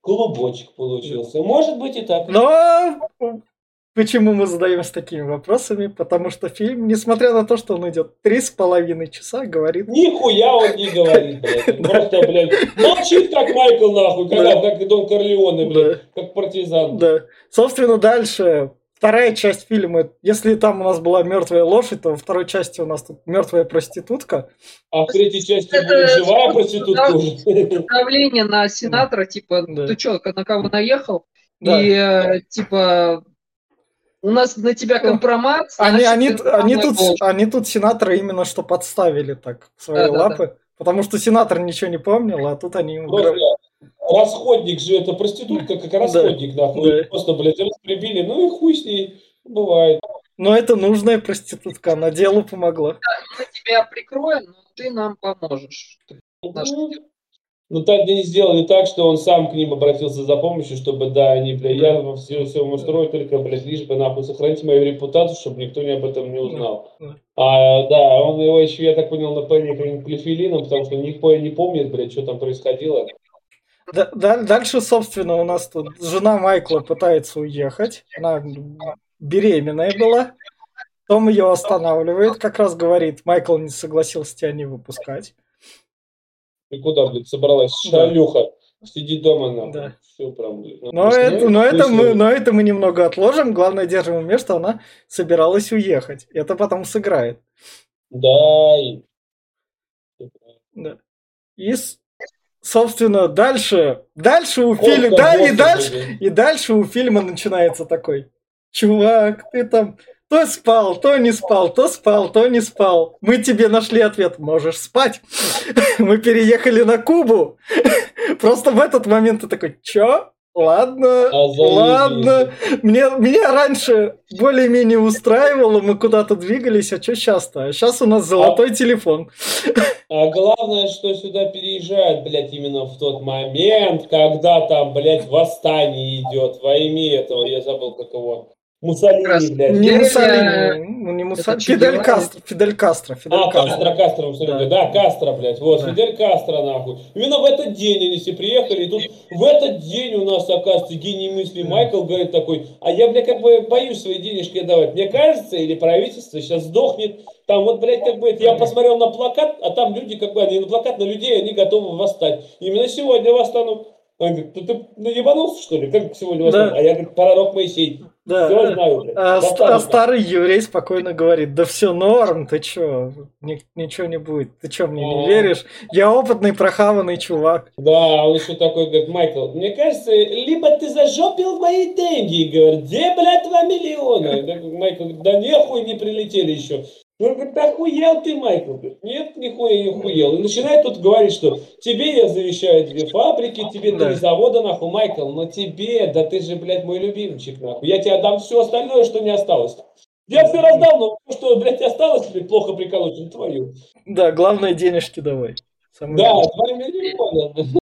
C: клубочек получился. Может быть и так.
A: Но почему мы задаемся такими вопросами? Потому что фильм, несмотря на то, что он идет 3,5 часа, говорит...
C: Нихуя он не говорит, блядь. Он просто, блядь, молчит, как Майкл, нахуй, когда, как и Дон Корлеоне, блядь, как партизан.
A: Да. Собственно, дальше вторая часть фильма. Если там у нас была мертвая лошадь, то во второй части у нас тут мертвая проститутка.
C: А в третьей части будет живая проститутка уже.
B: Давление на сенатора, типа,
A: Да.
B: ты чё, на кого наехал?
A: Да.
B: И, типа, у нас на тебя компромат.
A: Они тут сенатора именно что подставили так в свои лапы. Потому что сенатор ничего не помнил, а тут они ему...
C: Расходник же, это проститутка, как расходник, нахуй.
A: Да.
C: Просто, блядь, распребили, ну и хуй с ней, бывает.
A: Но это нужная проститутка, она делу помогла.
B: Мы тебя прикроем, но ты нам поможешь.
C: Ну так они сделали так, что он сам к ним обратился за помощью, чтобы, да, они, бля, я все устрою только, блядь, лишь бы, нахуй, сохранить мою репутацию, чтобы никто об этом не узнал. Да, он его еще, я так понял, напоили каким-нибудь клифелином, потому что никто не помнит, блядь, что там происходило.
A: Дальше, собственно, у нас тут жена Майкла пытается уехать, она беременная была, Том ее останавливает, как раз говорит, Майкл не согласился тебя не выпускать.
C: И куда, блядь, собралась шалюха? Сиди дома, нахуй. Да. Все прям, блядь.
A: Но это мы немного отложим. Главное, держим в уме, что она собиралась уехать. Это потом сыграет.
C: Да.
A: Да. И, собственно, дальше у фильма... Да, и дальше у фильма начинается такой. Чувак, ты там... То спал, то не спал, то спал, то не спал. Мы тебе нашли ответ. Можешь спать. Мы переехали на Кубу. Просто в этот момент ты такой, чё? Ладно. Меня раньше более-менее устраивало, мы куда-то двигались, а что сейчас-то? А сейчас у нас золотой телефон.
C: А главное, что сюда переезжают, блядь, именно в тот момент, когда там, блядь, восстание идет во имя этого, я забыл, как его... Муссолини, блядь.
A: Не Муссолини, Фидель Кастро.
C: Да, Кастро, блядь. Вот, да. Фидель Кастро, нахуй. Именно в этот день они все приехали, и тут в этот день у нас, оказывается, гений мысли Майкл говорит такой, а я, блядь, как бы боюсь свои денежки отдавать. Мне кажется, или правительство сейчас сдохнет. Там вот, блядь, как бы, я посмотрел на плакат, а там люди, как бы, они на плакат, на людей, они готовы восстать. Именно сегодня восстанут. Он говорит, ты наебанулся, что ли? Как сегодня восстанут? Да. А я, говорю, пророк Моисей.
A: Да. Все знаю, а старый еврей спокойно говорит, да все норм, ты чё, ничего не будет, ты чё, мне не веришь? Я опытный, прохаванный чувак.
C: Да, он еще такой говорит, Майкл, мне кажется, либо ты зажопил мои деньги, говорит, где, блядь, 2 миллиона? Майкл говорит, да нехуй не прилетели еще. Он говорит, охуел ты, Майкл? Говорит, нет, нихуя не охуел. И начинает тут говорить, что тебе я завещаю 2 фабрики, тебе 3 завода, нахуй, Майкл, но тебе, да ты же, блядь, мой любимчик, нахуй. Я тебе отдам все остальное, что не осталось. Я все раздал, но то, что, блядь, осталось, блядь, плохо приколочено, твою.
A: Да, главное, денежки давай.
C: Да, 2 миллиона.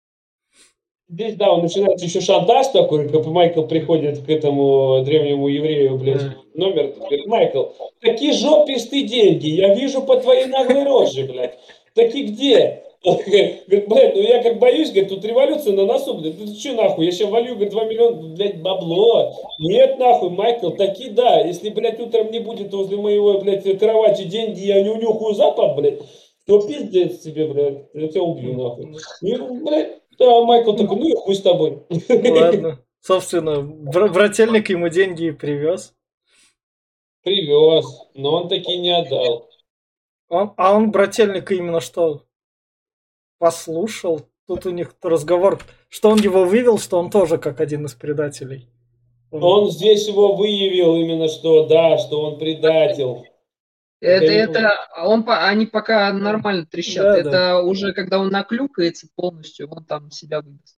C: Здесь, да, он начинается еще шантаж такой, как Майкл приходит к этому древнему еврею, блядь, номер, говорит, Майкл, таки жопишь ты деньги, я вижу по твоей наглой роже, блядь, таки где? Говорит, блядь, ну я как боюсь, говорит, тут революция на носу, блядь, ты что нахуй, я сейчас валю, говорит, 2 миллиона, блядь, бабло. Нет, нахуй, Майкл, таки да, если, блядь, утром не будет возле моего, блядь, кровати деньги, я не унюхаю запах, блядь, то пиздец тебе, блядь, я тебя убью, нахуй. И, блядь, да, Майкл такой, ну и хуй с тобой.
A: Ладно. Собственно, брательник ему деньги привез.
C: Привез, но он таки не отдал.
A: Он брательника именно что послушал. Тут у них разговор, что он его вывел, что он тоже как один из предателей.
C: Он здесь его выявил именно что, да, что он предатель.
B: Они пока нормально трещат. Да, это уже когда он наклюкается полностью, он там себя выдаст.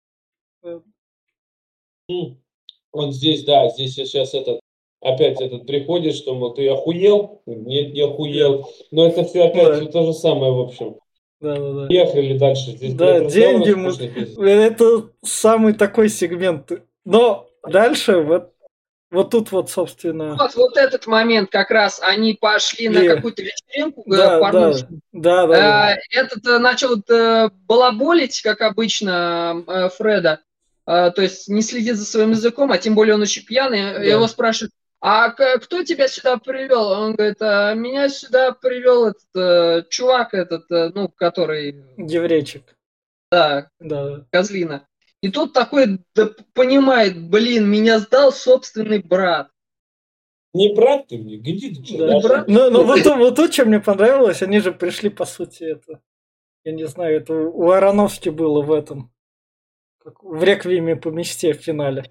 C: Он здесь, да, здесь сейчас опять приходит, что, мол, ты охуел? Нет, не охуел. Но это все опять все то же самое, в общем.
A: Да.
C: Ехали дальше. Здесь,
A: да, деньги. Это самый такой сегмент. Но дальше вот тут вот, собственно...
B: Вот этот момент как раз, они пошли на какую-то вечеринку порнушную.
A: Да.
B: Этот начал балаболить, как обычно, Фреда. то есть не следит за своим языком, а тем более он очень пьяный,
A: Да.
B: его спрашивают, а кто тебя сюда привел? Он говорит, меня сюда привел этот чувак, ну, который,
A: Еврейчик.
B: да,
A: Да.
B: козлина. И тут такой понимает, блин, меня сдал собственный брат.
C: Не брат ты мне, где ты что?
A: Да.
B: брат?
A: Но вот тут, что мне понравилось, они же пришли, по сути, это, я не знаю, это у Аронофски было в этом, в «Реквиеме по мечте» в финале.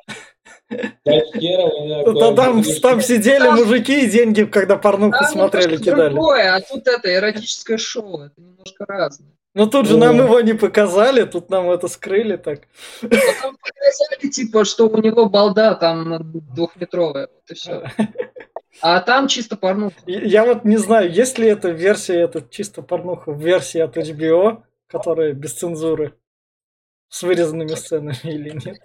A: Там сидели мужики и деньги, когда порнуху смотрели, кидали.
B: Другое, а тут это эротическое шоу, это немножко разное.
A: Ну тут же нам его не показали, тут нам это скрыли так.
B: Потом показали, типа, что у него балда там 2-метровая, вот и все. А там чисто порнуха.
A: Я вот не знаю, есть ли эта версия, это чисто порнуха, в версии от HBO, которая без цензуры, с вырезанными сценами или нет.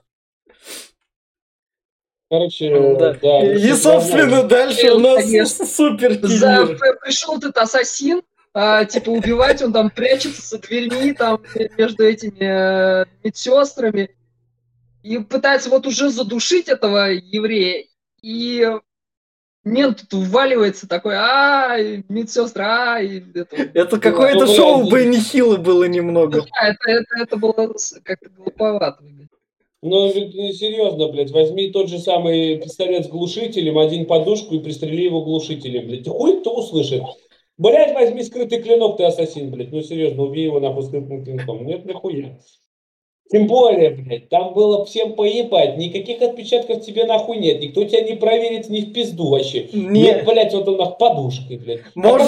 C: Короче,
A: да. И собственно, дальше у нас супер киллер.
B: Пришел этот ассасин, типа убивать, он там прячется за дверьми, там между этими медсестрами, и пытается вот уже задушить этого еврея, и мент тут вваливается такой, медсестра,
A: это какое-то шоу Бенни Хилла было немного.
B: Да, это было как-то глуповато.
C: Ну, серьезно, блядь, возьми тот же самый пистолет с глушителем, один подушку и пристрели его глушителем, блядь. Хуй кто услышит? Блядь, возьми скрытый клинок, ты ассасин, блядь. Ну, серьезно, убей его нахуй скрытым клинком. Нет, нахуя. Тем более, блядь, там было всем поебать. Никаких отпечатков тебе нахуй нет. Никто тебя не проверит ни в пизду вообще. Нет, блядь, вот он нах подушкой, блядь.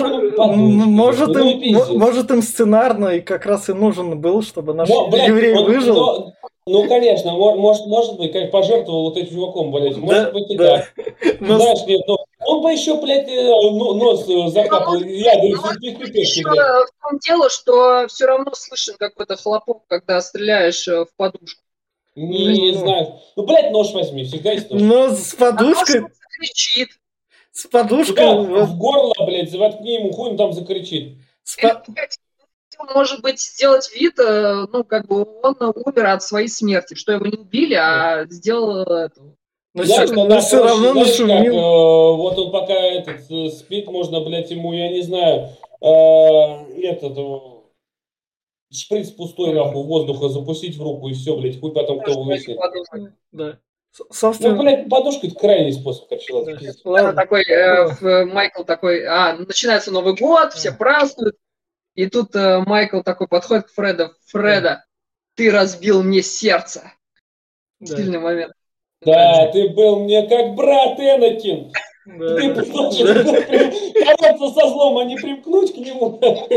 A: Может им сценарно и как раз и нужен был, чтобы наш еврей выжил.
C: Ну, конечно, может быть, как пожертвовал вот этим чуваком, блядь. Может быть и да. Знаешь, нет, но он бы еще, блядь, нос закапал ядом из пипешки, блядь.
B: В том дело, что все равно слышен какой-то хлопок, когда стреляешь в подушку.
C: Не знаю. Ну, блядь, нож возьми, всегда есть нож.
A: Но с подушкой...
B: Кричит.
A: С подушкой...
C: В горло, блядь, воткни ему хуй, он там закричит.
B: Может быть, сделать вид, ну, как бы он умер от своей смерти, что его не убили, а сделал это.
A: Но все равно нашумел.
C: Вот он пока спит, можно, блядь, ему, я не знаю, шприц пустой, нахуй, воздуха запустить в руку и все, блядь, хуй потом кто выяснит.
A: Да. Собственно...
C: Ну, блядь, подушка — это крайний способ, короче,
B: ладно. Такой, Майкл такой, начинается Новый год, все празднуют. И тут Майкл такой подходит к Фреду. Фреда, ты разбил мне сердце. Сильный момент.
C: Да, ты был мне как брат, Энакин. Ты должен бороться со злом, а не примкнуть к нему.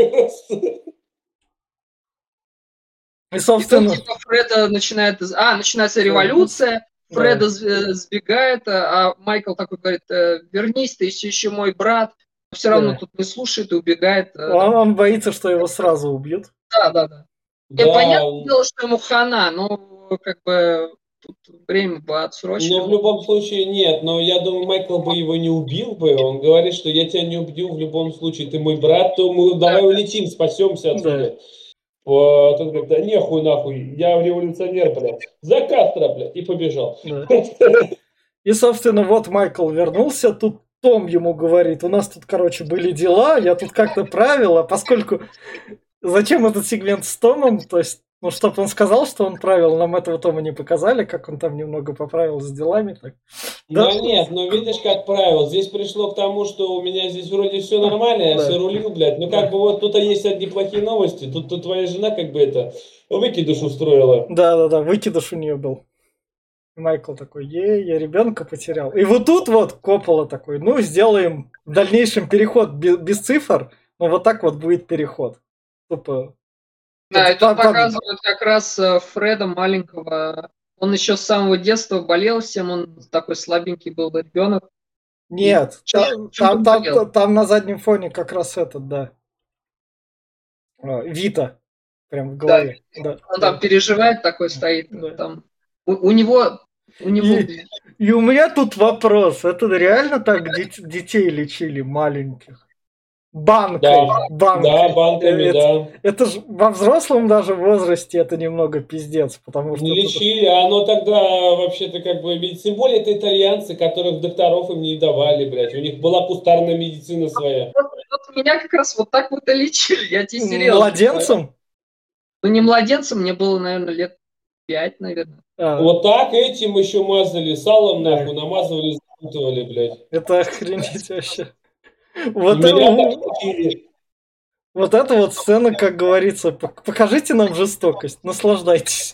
A: И, собственно...
B: И тут, Фреда начинается революция. Фреда сбегает, а Майкл такой говорит, вернись, ты еще мой брат. Все равно тут не слушает и убегает.
A: Он боится, что его сразу убьют.
B: Да. Понятное дело, что ему хана, но как бы тут время бы отсрочено.
C: Но в любом случае нет, но я думаю, Майкл бы его не убил бы. Он говорит, что я тебя не убью в любом случае, ты мой брат, то мы давай улетим, спасемся отсюда. Да. Вот, он говорит, да нехуй нахуй, я революционер, блядь, за Кастро, блядь, и побежал.
A: Да. И, собственно, вот Майкл вернулся, тут Том ему говорит, у нас тут, короче, были дела, я тут как-то правил, а поскольку... Зачем этот сегмент с Томом? То есть, ну, чтобы он сказал, что он правил, нам этого Тома не показали, как он там немного поправил с делами. Так.
C: Да, нет, но видишь, как правил. Здесь пришло к тому, что у меня здесь вроде все нормально, я все рулю, блядь. Ну, как бы вот тут есть одни плохие новости, тут твоя жена как бы выкидыш устроила.
A: Да, выкидыш у нее был. Майкл такой, я ребенка потерял. И вот тут вот Коппола такой, ну, сделаем в дальнейшем переход без цифр, но вот так вот будет переход. Тупо.
B: Да, и тут показывают как раз Фреда маленького. Он еще с самого детства болел всем, он такой слабенький был ребенок.
A: Нет, там на заднем фоне как раз этот, да. Вита. Прям в голове.
B: Да. Он там переживает, такой стоит. Да. Там. У него...
A: И у меня тут вопрос. Это реально так детей лечили маленьких? банкой.
C: Да,
A: Банкой.
C: банками, да.
A: Это же во взрослом даже возрасте это немного пиздец, потому что...
C: Не лечили, а оно тогда вообще-то как бы... Тем более это итальянцы, которых докторов им не давали, блядь. У них была кустарная медицина своя.
B: Вот меня как раз вот так вот и лечили, я тебе серьезно.
A: Младенцем?
B: Ну, не младенцем, мне было, наверное, лет 5, наверное.
C: Вот так этим еще мазали, салом нахуй, намазывали, запутывали, блядь.
A: Это охренеть вообще. Вот это вот сцена, как говорится, покажите нам жестокость, наслаждайтесь.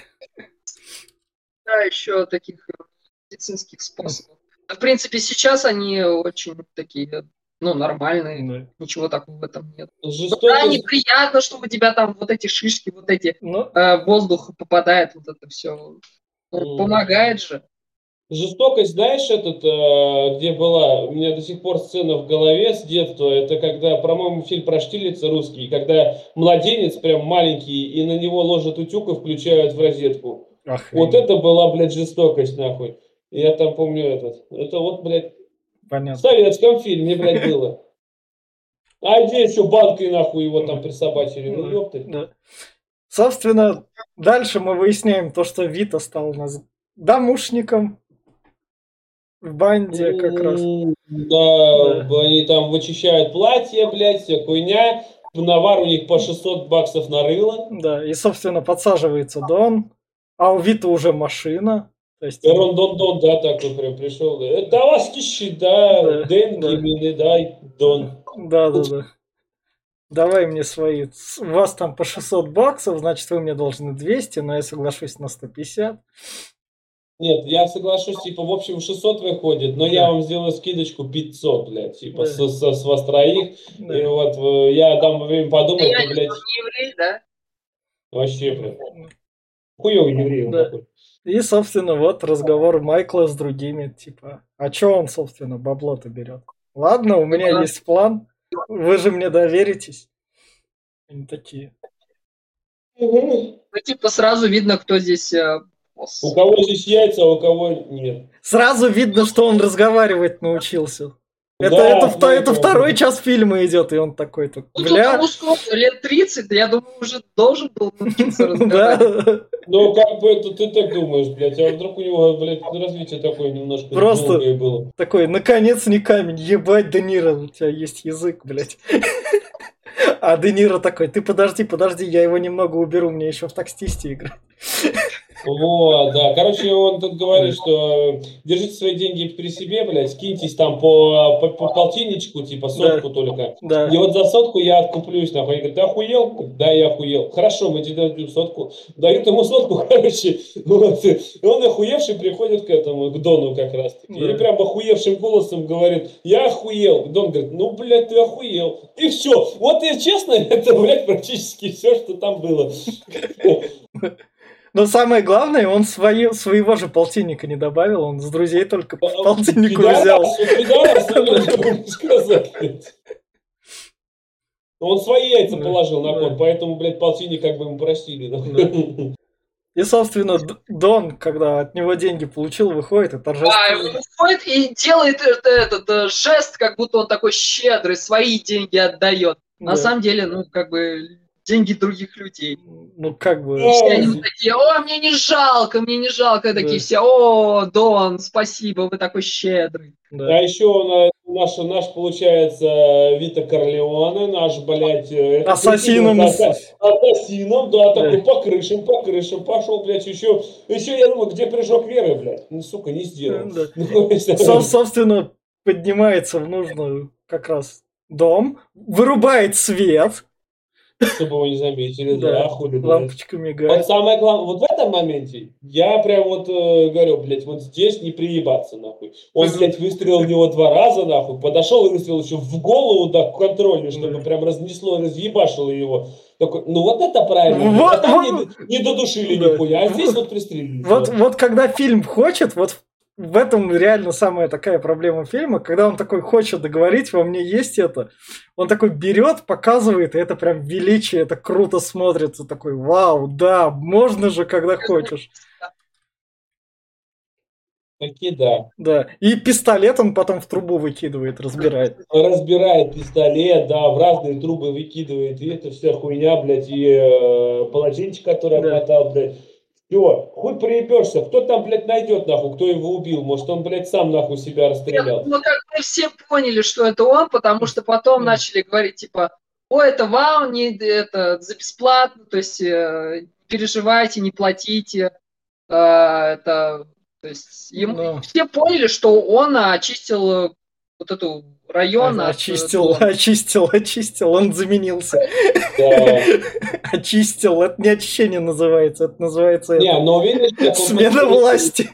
B: Да, еще таких медицинских способов. В принципе, сейчас они очень такие, ну, нормальные, ничего такого в этом нет. Да, неприятно, что у тебя там вот эти шишки, вот эти, воздух попадает, вот это все. Помогает же.
C: Жестокость, знаешь, где была, у меня до сих пор сцена в голове с детства, это когда, по-моему, фильм про Штирлица русский, когда младенец прям маленький, и на него ложат утюг и включают в розетку. Вот это была, блядь, жестокость, нахуй. Я там помню это вот, блядь, в советском фильме, блядь, было. А где еще банкой, нахуй, его там присобачили, ну ёпты.
A: Собственно, дальше мы выясняем то, что Вита стал у нас домушником. В банде как раз.
C: Да, они там вычищают платье, блядь, вся хуйня. Навар у них по 600 баксов нарыло.
A: Да, и, собственно, подсаживается Дон. А у Вита уже машина. То есть...
C: Дон, да, такой прям пришел. Это вас кищи, да, деньги, мины, дай, Дон.
A: Да. Давай мне свои. У вас там по 600 баксов, значит, вы мне должны 200, но я соглашусь на 150.
C: Нет, я соглашусь, типа, в общем, 600 выходит, но я вам сделаю скидочку 500, блядь, типа, с вас троих. И вот я дам время подумать,
B: я
C: блядь.
B: Не еврей, да?
C: Вообще, блядь. Хуёвый еврей он такой.
A: И, собственно, вот разговор Майкла с другими, типа, а чё он, собственно, бабло-то берет? Ладно, у меня есть план, вы же мне доверитесь. Они такие.
B: Ну, типа, сразу видно, кто здесь...
C: У кого здесь яйца, а у кого нет.
A: Сразу видно, что он разговаривать научился. Это второй час фильма идет, и он такой-то.
B: Бля. Лет 30, я думаю, уже должен был научиться разговаривать.
C: Ну, как бы это ты так думаешь, блядь, а вдруг у него, блядь, развитие такое немножко
A: просто
C: было.
A: Такой, наконец не камень, ебать, Де Ниро, у тебя есть язык, блядь. А Де Ниро такой, ты подожди, я его немного уберу, мне еще в таксисте играть.
C: Вот, да. Короче, он тут говорит, что держите свои деньги при себе, блядь, скиньтесь там по полтинничку, типа сотку только.
A: Да.
C: И вот за сотку я откуплюсь, нахуй. Они говорят, ты охуел? Да, я охуел. Хорошо, мы тебе дадим сотку. Дают ему сотку, короче. Вот. И он охуевший приходит к Дону как раз таки. И прям охуевшим голосом говорит, я охуел. Дон говорит, ну, блядь, ты охуел. И все. Вот и честно, это, блядь, практически все, что там было.
A: Но самое главное, он своего же полтинника не добавил, он с друзей только полтиннику взял.
C: Он свои яйца положил на кон, поэтому, блядь, полтинник как бы ему простили.
A: И, собственно, Дон, когда от него деньги получил, выходит и торжественно...
B: выходит и делает этот жест, как будто он такой щедрый, свои деньги отдает. На самом деле, ну, как бы... деньги других людей.
A: Ну, как бы...
B: Все они такие, о, мне не жалко. Такие все, о, Дон, спасибо, вы такой щедрый.
C: Да. А еще наш получается, Вита Корлеоне, наш, блядь...
A: Ассасином,
C: да, такой по крышам пошел, блядь, еще я думаю, где прыжок веры, блядь? Ну, сука, не сделал.
A: Собственно, поднимается в нужную как раз дом, вырубает свет,
C: чтобы его не заметили, да, хули,
A: лампочка мигает.
C: Вот самое главное, вот в этом моменте, я прям вот говорю, блядь, вот здесь не приебаться, нахуй. Он, блядь, выстрелил в него 2 раза, нахуй, подошел и выстрелил еще в голову, да, в контрольную, чтобы прям разнесло, разъебашило его. Такой, ну вот это правильно, вот, там не додушили нихуя, а здесь вот пристрелили.
A: Вот когда фильм хочет, вот в этом реально самая такая проблема фильма, когда он такой хочет договорить, во мне есть это, он такой берет, показывает, и это прям величие, это круто смотрится, такой, вау, да, можно же, когда хочешь.
C: Таки да.
A: Да. И пистолет он потом в трубу выкидывает, разбирает.
C: Разбирает пистолет, да, в разные трубы выкидывает, и это вся хуйня, блядь, и полотенце, которое
A: Да.
C: обмотал, блядь. Все, хуй проебешься, кто там, блядь, найдет, нахуй, кто его убил, может, он, блядь, сам, нахуй, себя расстрелял.
B: Ну, как бы все поняли, что это он, потому что потом начали говорить, типа, ой, это вам не это за бесплатно, то есть не переживайте, не платите. Это, то есть ему все поняли, что он очистил вот эту район от
A: Очистил,
B: Дона.
A: очистил, он заменился.
C: Да.
A: Очистил, это не очищение называется, это называется
C: Не, но видишь, как он
A: смена
C: посмотрел-
A: власти.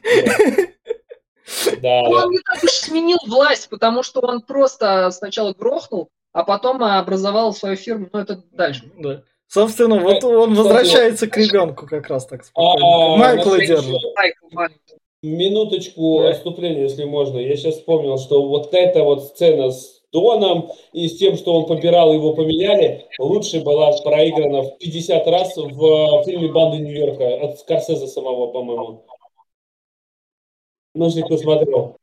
C: Да, да.
B: Он не так уж сменил власть, потому что он просто сначала грохнул, а потом образовал свою фирму, ну это дальше.
A: Да. Собственно, вот он возвращается к ребенку как раз так спокойно. Майкла
C: насчет
A: держит.
B: Майкл маленький.
C: Минуточку
A: Да.
C: отступления, если можно. Я сейчас вспомнил, что вот эта вот сцена с Доном и с тем, что он побирал, его поменяли, лучше была проиграна в 50 раз в фильме «Банды Нью-Йорка» от Скорсезе самого, по-моему. Ну, если кто смотрел.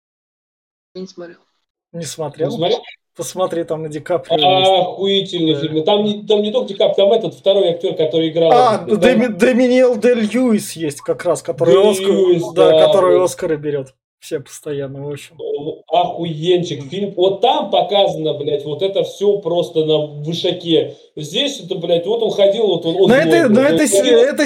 B: Не смотрел.
A: Не
C: Не
A: смотрел?
C: смотрел?
A: Посмотри, там на Ди Каприо есть.
C: Охуительный
A: Да.
C: фильм. Там не только Ди Каприо, там этот второй актер, который играл.
A: Дэниел Дель Льюис есть как раз, который
C: Дель
A: Оскар,
C: Льюис,
A: да,
C: да,
A: который
C: вот.
A: Оскары берет. Все постоянно, в общем.
C: Охуенчик фильм. Вот там показано, блядь, вот это все просто на вышаке. Здесь это, блядь, вот он ходил, вот он
A: Но
C: злой,
A: это
C: блядь. Он ходил, да,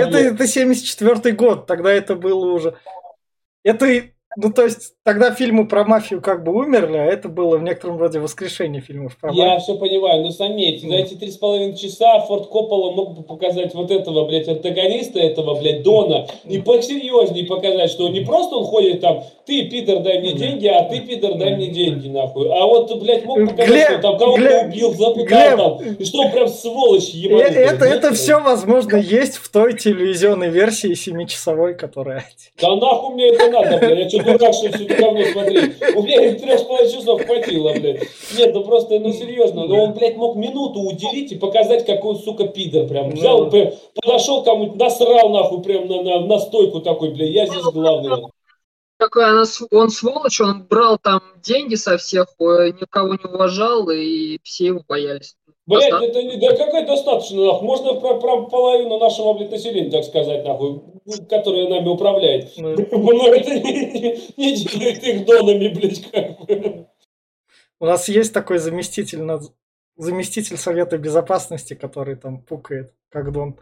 A: 74-й год, тогда это было уже. Это, ну, то есть, тогда фильмы про мафию как бы умерли, а это было в некотором роде воскрешение фильмов про
C: Я
A: мафию.
C: все понимаю, но заметьте, за эти 3,5 часа Форд Коппола мог бы показать вот этого, блядь, антагониста, этого, блядь, Дона, и посерьезнее показать, что не просто он ходит там, ты, пидор, дай мне деньги, а ты, пидор, дай мне деньги, нахуй. А вот, блядь, мог показать, что он там кого-то убил, запытал там, и что он прям сволочь ебаный.
A: Это все, возможно, есть в той телевизионной версии 7-часовой, которая...
C: Да нахуй мне это надо, блядь, я что, дурак, что все это говно смотреть? У меня их 3,5 часов хватило, блядь. Нет, ну просто, ну серьезно, но он, блядь, мог минуту уделить и показать, какой, сука, пидор. Прям взял, прям, подошел кому-то, насрал нахуй прям на стойку такой, блядь, я здесь главный.
B: Такой, он сволочь, он брал там деньги со всех, никого не уважал, и все его боялись.
C: Блядь, это не, да какая достаточно, нахуй. Можно про половину нашего, блядь, населения, так сказать, нахуй, которое нами управляет. Но это не делает их донами, блядь, как бы.
A: У нас есть такой заместитель Совета Безопасности, который там пукает, как Дон.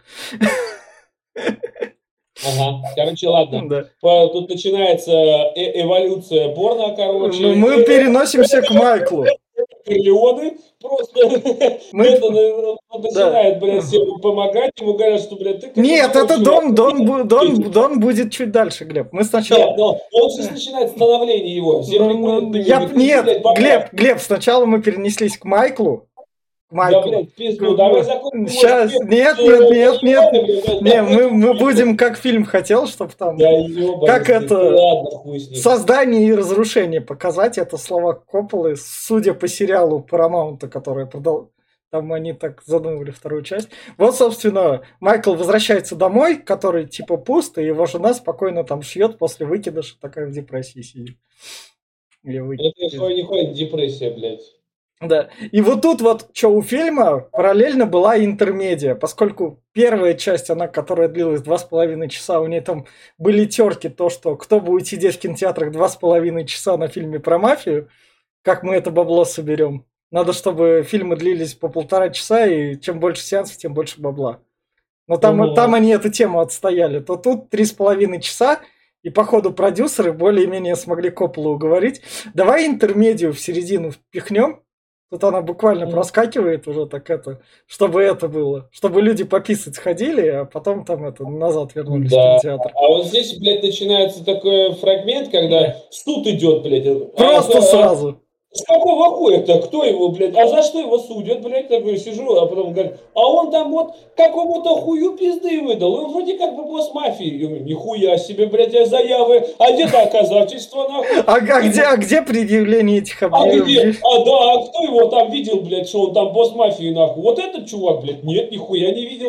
C: Ага, короче, ладно.
A: Да.
C: Тут начинается эволюция Борна, короче.
A: Ну, мы переносимся к Майклу.
C: Миллионы просто он начинает, блядь, всем помогать, ему говорят, что, блядь, ты...
A: Нет, это Дон будет чуть дальше, Глеб. Мы сначала...
C: Нет, но он сейчас начинает становление его. Все приходят...
A: Нет, Глеб, сначала мы перенеслись к Майклу.
C: Да, блядь, пизду, давай закончим.
A: Сейчас, нет. Не, мы будем, как фильм хотел, чтобы там... Как это... Создание и разрушение показать. Это слова Копполы, судя по сериалу Парамаунта, который продал... Там они так задумывали вторую часть. Вот, собственно, Майкл возвращается домой, который типа пуст, и его жена спокойно там шьет после выкидыша, такая в депрессии сидит.
C: Это не ходит депрессия, блядь.
A: Да. И вот тут вот, что у фильма параллельно была интермедия, поскольку первая часть, она, которая длилась 2,5 часа, у нее там были терки, то, что кто будет сидеть в кинотеатрах 2,5 часа на фильме про мафию, как мы это бабло соберем. Надо, чтобы фильмы длились по 1,5 часа, и чем больше сеансов, тем больше бабла. Но там они эту тему отстояли. То тут 3,5 часа, и по ходу продюсеры более-менее смогли Копполу уговорить. Давай интермедию в середину впихнем. Тут она буквально проскакивает уже так это, чтобы это было. Чтобы люди пописать сходили, а потом там это назад вернулись в кинотеатр.
C: А вот здесь, блядь, начинается такой фрагмент, когда суд идет, блядь.
A: Просто сразу.
C: С какого хуя-то? Кто его, блядь? А за что его судят, блядь? Такой сижу, а потом говорят, а он там вот какому-то хую пизды выдал. Он вроде как бы босс мафии. Я говорю, нихуя себе, блядь, заявы. А где доказательства, нахуй?
A: А где предъявление этих обвинений?
C: А кто его там видел, блядь, что он там босс мафии, нахуй? Вот этот чувак, блядь, нет, нихуя не видел.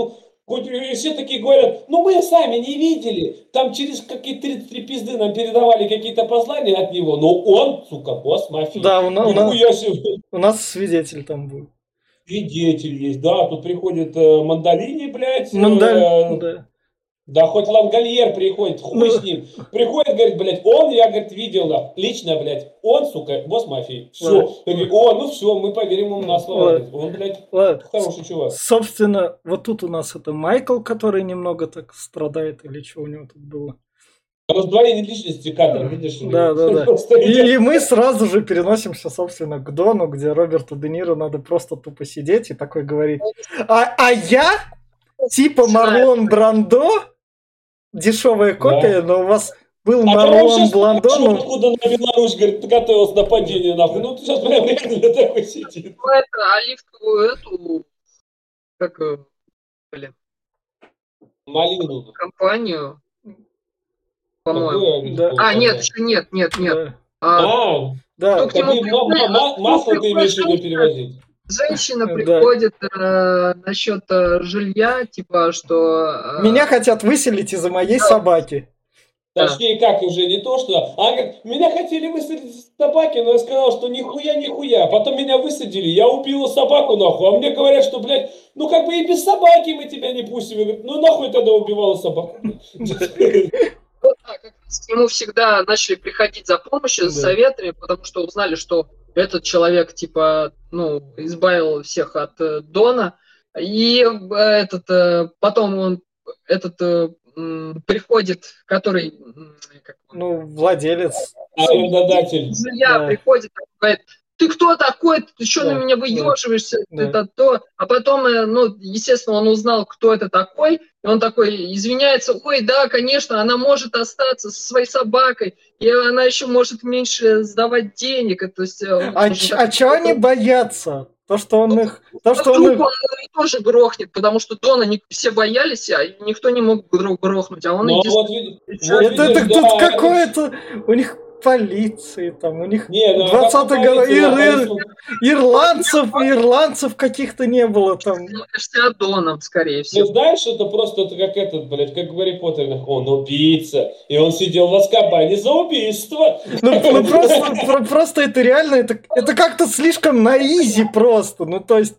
C: Хоть и все такие говорят, ну мы сами не видели. Там через какие-то 33 пизды нам передавали какие-то послания от него. Но он, сука, босс мафии.
A: Да,
C: Нихуя себе.
A: у нас свидетель там был.
C: Свидетель есть, да. Тут приходит Мандалини, блядь.
A: Да.
C: Да, хоть Лангольер приходит, хуй с ним. Приходит, говорит, блядь, я, говорит, видел, да, лично, блядь, он, сука, босс мафии. Все. Ну все, мы поверим ему на слово. Он, блядь, хороший чувак.
A: Собственно, вот тут у нас это Майкл, который немного так страдает, или что у него тут было.
C: Раздвоение личности кадр, видишь?
A: Да. И мы сразу же переносимся, собственно, к Дону, где Роберту Де Ниро надо просто тупо сидеть и такой говорить, а я, типа Марлон Брандо, дешевая копия, но у вас был Марлон Брандо.
C: Откуда на Беларусь, говорит, готовилось нападение, нахуй. Ну, ты сейчас прям реально такой сидит.
B: Ну, это оливковую эту, как, блин,
C: Малину.
B: компанию, по-моему.
A: Да.
B: Нет, еще нет.
A: Да.
B: Кто к нему
C: масло ты имеешь в виду перевозить?
B: Женщина приходит насчет жилья, типа, что...
A: Меня хотят выселить из-за моей собаки.
C: Точнее, как уже не то, что... говорит, меня хотели высадить из собаки, но я сказал, что нихуя. Потом меня высадили, я убила собаку, нахуй. А мне говорят, что, блядь, ну как бы и без собаки мы тебя не пустим. Я говорю, ну нахуй тогда убивала собаку.
B: Вот так, как раз к нему всегда начали приходить за помощью, за советами, потому что узнали, что этот человек, типа, избавил всех от Дона. И потом он, приходит, который...
A: владелец.
C: Арендодатель.
B: Жилья приходит, говорит, ты кто такой, ты что на меня выеживаешься, а потом, естественно, он узнал, кто это такой, и он такой извиняется, ой, да, конечно, она может остаться со своей собакой, и она еще может меньше сдавать денег. То есть,
A: чего они боятся? То, что он их...
B: Он тоже грохнет, потому что Дона все боялись, а никто не мог грохнуть, а он...
A: Это тут какое-то... У них полиции, там, у них 20-й год, ирландцев каких-то не было там.
B: Доном, скорее всего.
C: Ты знаешь, это просто как как в Гарри Поттере, он убийца, и он сидел в Азкабане за убийство.
A: Просто это реально, это как-то слишком на изи просто, то есть,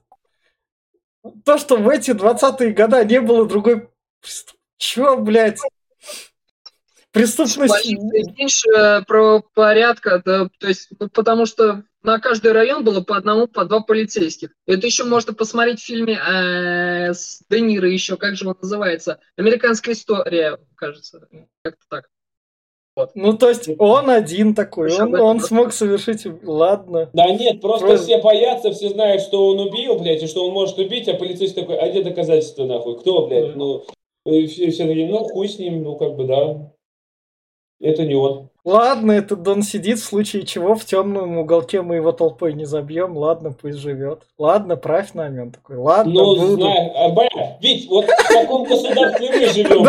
A: то, что в эти 20-е годы не было другой... Чё, блядь? Преступность...
B: Меньше правопорядка, то есть, потому что на каждый район было по два полицейских. Это еще можно посмотреть в фильме с Де Ниро еще, как же он называется? «Американская история», кажется, как-то так.
A: Вот. То есть он один такой, он смог совершить, ладно.
C: Да нет, просто все боятся, все знают, что он убил, блядь, и что он может убить, а полицейский такой, а где доказательства, нахуй, кто, блядь, и все такие, хуй с ним, да. Это не он.
A: Ладно, этот Дон сидит, в случае чего в темном уголке мы его толпой не забьем. Ладно, пусть живет. Ладно, правь нами. Он такой, ладно, буду.
C: Бля, ведь вот в каком государстве мы живем?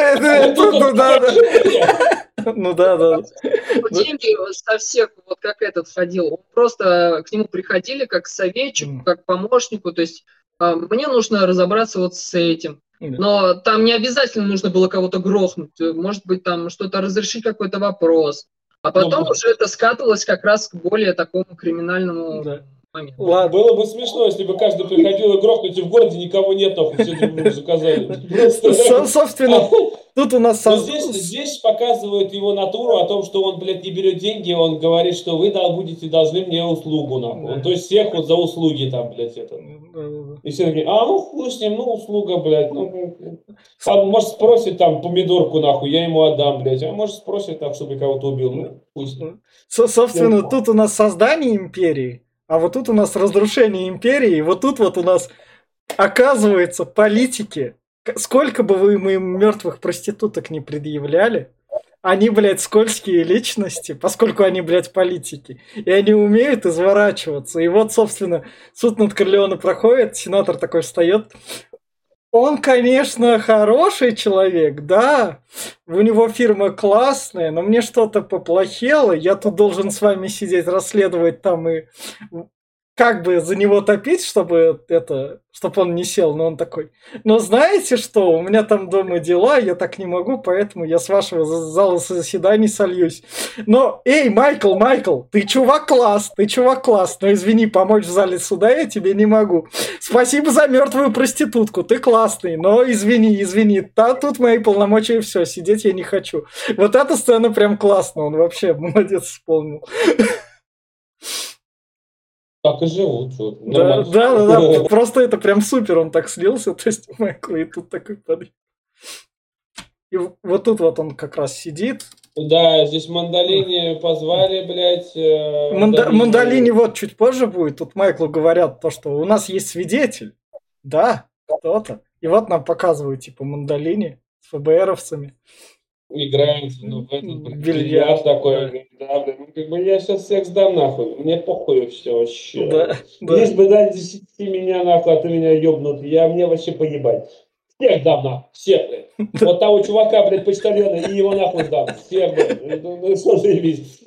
A: Да.
B: Деньги со всех, вот как этот ходил, он просто к нему приходили как к советчику, как к помощнику. То есть мне нужно разобраться вот с этим. Но там не обязательно нужно было кого-то грохнуть. Может быть, там что-то разрешить, какой-то вопрос. А потом уже это скатывалось как раз к более такому криминальному моменту.
A: Ладно.
C: Было бы смешно, если бы каждый приходил и грохнуть, и в городе никого нет, нахуй, все друг другу заказали.
A: Собственно, тут у нас...
C: Здесь показывают его натуру о том, что он, блядь, не берет деньги, он говорит, что вы должны мне услугу, нахуй. То есть всех вот за услуги там, блядь, это. И все такие, хуй с ним, услуга, блядь. Может спросит там помидорку, нахуй, я ему отдам, блядь. А может спросит так, чтобы кого-то убил, хуй с ним.
A: Собственно, тут у нас создание империи, а вот тут у нас разрушение империи, и вот тут вот у нас, оказывается, политики. Сколько бы вы им мертвых проституток не предъявляли, они, блядь, скользкие личности, поскольку они, блядь, политики. И они умеют изворачиваться. И вот, собственно, суд над Корлеоне проходит, сенатор такой встает. Он, конечно, хороший человек, да, у него фирма классная, но мне что-то поплохело, я тут должен с вами сидеть, расследовать там и как бы за него топить, чтобы он не сел, но он такой: но знаете что, у меня там дома дела, я так не могу, поэтому я с вашего зала заседаний сольюсь. Но, эй, Майкл, ты чувак класс, но извини, помочь в зале суда я тебе не могу. Спасибо за мертвую проститутку, ты классный, но извини, тут мои полномочия, все, сидеть я не хочу. Вот эта сцена прям классная, он вообще молодец, исполнил.
C: Так и живут.
A: Да, просто это прям супер, он так слился, то есть Майкл и тут такой подъем. И вот тут вот он как раз сидит.
C: Да, здесь Мандалини позвали, блядь.
A: Мандалини вот чуть позже будет, тут Майклу говорят то, что у нас есть свидетель. Да, кто-то. И вот нам показывают, типа, Мандалини с ФБРовцами.
C: Играют, в этот бильярд такой. Да, как бы я сейчас всех сдам нахуй. Мне похуй все вообще.
A: Да.
C: Лишь бы дать 10 меня нахуй, а ты меня ёбнут. Мне вообще поебать. Всех дам нахуй. Всех, блядь. Вот того чувака, блядь, почтальона, и его нахуй сдам. Всех, блядь. Ну что заебись.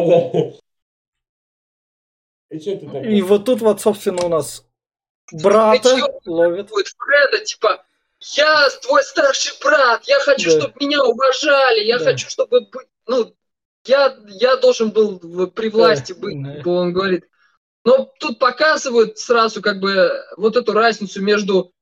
C: И что ты такой?
A: И вот тут вот, собственно, у нас брата ловит.
B: Фреда, типа, я твой старший брат, я хочу, чтобы меня уважали, я хочу, чтобы, я должен был при власти быть, он говорит. Но тут показывают сразу как бы вот эту разницу между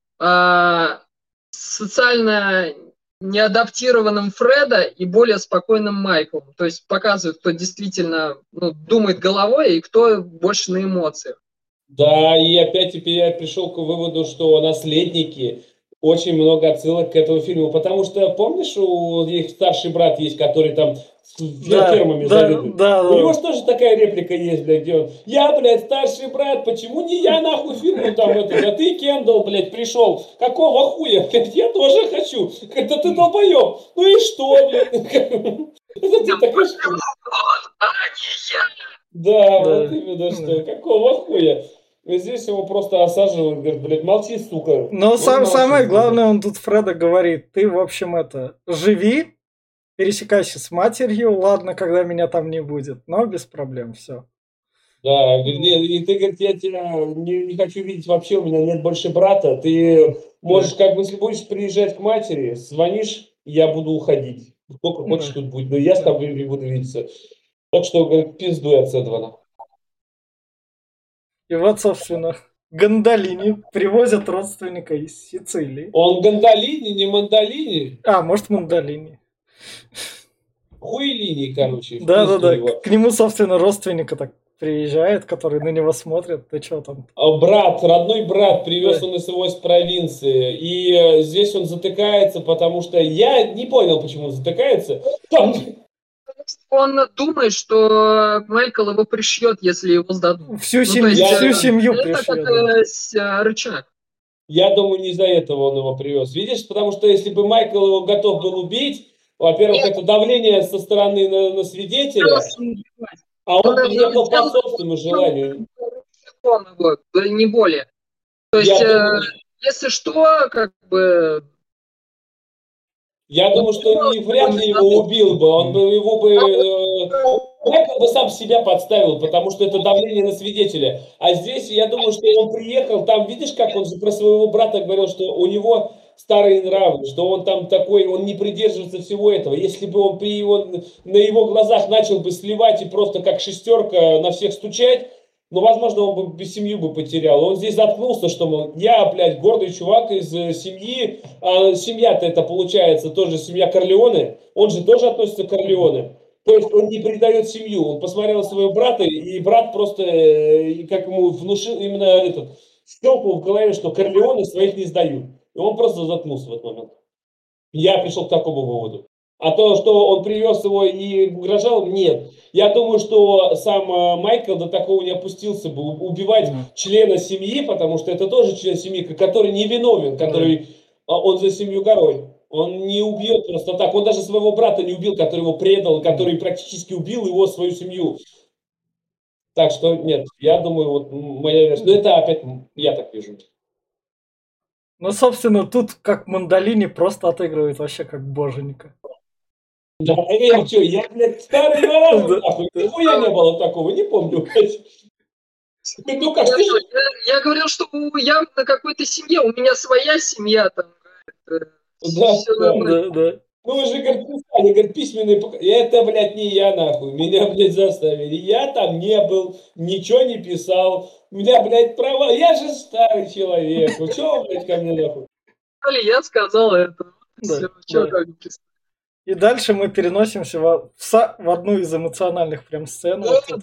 B: социально неадаптированным Фреда и более спокойным Майклом. То есть показывают, кто действительно думает головой и кто больше на эмоциях.
C: Да, и опять теперь я пришел к выводу, что наследники, очень много отсылок к этому фильму, потому что, помнишь, у их старший брат есть, который там фермами заведует? У него же тоже такая реплика есть, блядь, где он: я, блядь, старший брат, почему не я нахуй фирму там да ты, Кендалл, блядь, пришел, какого хуя, я тоже хочу, да ты долбоеб, ну и что, блядь, это ты такой, что... Да, вот именно что, какого хуя. И здесь его просто осаживают, говорят: блядь, молчи, сука.
A: Но самое главное, он тут Фреда говорит: ты, в общем, живи, пересекайся с матерью, ладно, когда меня там не будет, но без проблем, все.
C: Да, и ты, говорит, я тебя не хочу видеть вообще, у меня нет больше брата, ты можешь, как бы, если будешь приезжать к матери, звонишь, я буду уходить. Сколько хочешь тут будет, но я с тобой не буду видеться. Так что, говорит, пиздуй от этого.
A: И вот, собственно, Гандолини привозят родственника из Сицилии.
C: Он Гандолини, не Мандалини?
A: А, может, Мандалини.
C: Хуйлини, короче.
A: Да. К нему, собственно, родственника так приезжает, который на него смотрит. Ты что там?
C: Родной брат, привез он его из провинции. И здесь он затыкается, потому что я не понял, почему он затыкается.
B: Он думает, что Майкл его пришьет, если его сдадут.
A: Всю семью пришьет.
B: Это рычаг.
C: Я думаю, не из-за этого он его привез. Видишь, потому что если бы Майкл его готов был убить, во-первых, это давление со стороны на свидетеля, а он приехал по собственному желанию.
B: Не более. То есть, если что, как бы...
C: Я думаю, что вряд ли его убил бы, Майкл бы сам себя подставил, потому что это давление на свидетеля. А здесь, я думаю, что он приехал, там, видишь, как он же про своего брата говорил, что у него старые нравы, что он там такой, он не придерживается всего этого. Если бы он на его глазах начал бы сливать и просто как шестерка на всех стучать, возможно, он бы семью бы потерял. Он здесь заткнулся, что, мол, я, блядь, гордый чувак из семьи, а семья-то это, получается, тоже семья Корлеоне, он же тоже относится к Корлеоне. То есть он не предает семью, он посмотрел на своего брата, и брат просто, как ему внушил, именно щелкнул в голове, что Корлеоне своих не сдают. И он просто заткнулся в этот момент. Я пришел к такому выводу. А то, что он привез его и угрожал, нет. Я думаю, что сам Майкл до такого не опустился бы. Убивать члена семьи, потому что это тоже член семьи, который не виновен, он за семью горой. Он не убьет просто так. Он даже своего брата не убил, который его предал, который практически убил его, свою семью. Так что нет, я думаю, вот моя версия. Но это опять я так вижу.
A: Собственно, тут как Мандалини просто отыгрывает вообще как боженька.
C: Да, я, блядь, старый нахуй, нихуя не было такого, не помню, блядь. Ну как, ты же...
B: Я говорил, что я на какой-то семье, у меня своя семья там.
C: Да,
B: Все
C: да.
B: нормально.
A: Да.
C: Ну вы же, говорит, писали, говорит, письменные это, блядь, не я, нахуй. Меня, блядь, заставили. Я там не был, ничего не писал. У меня, блядь, права. Я же старый человек. Ну чё, блядь, ко мне, нахуй?
B: Я сказал это.
A: Да.
B: Все, что
C: Да.
B: как бы.
A: И дальше мы переносимся в одну из эмоциональных прям сцен. Вот тут.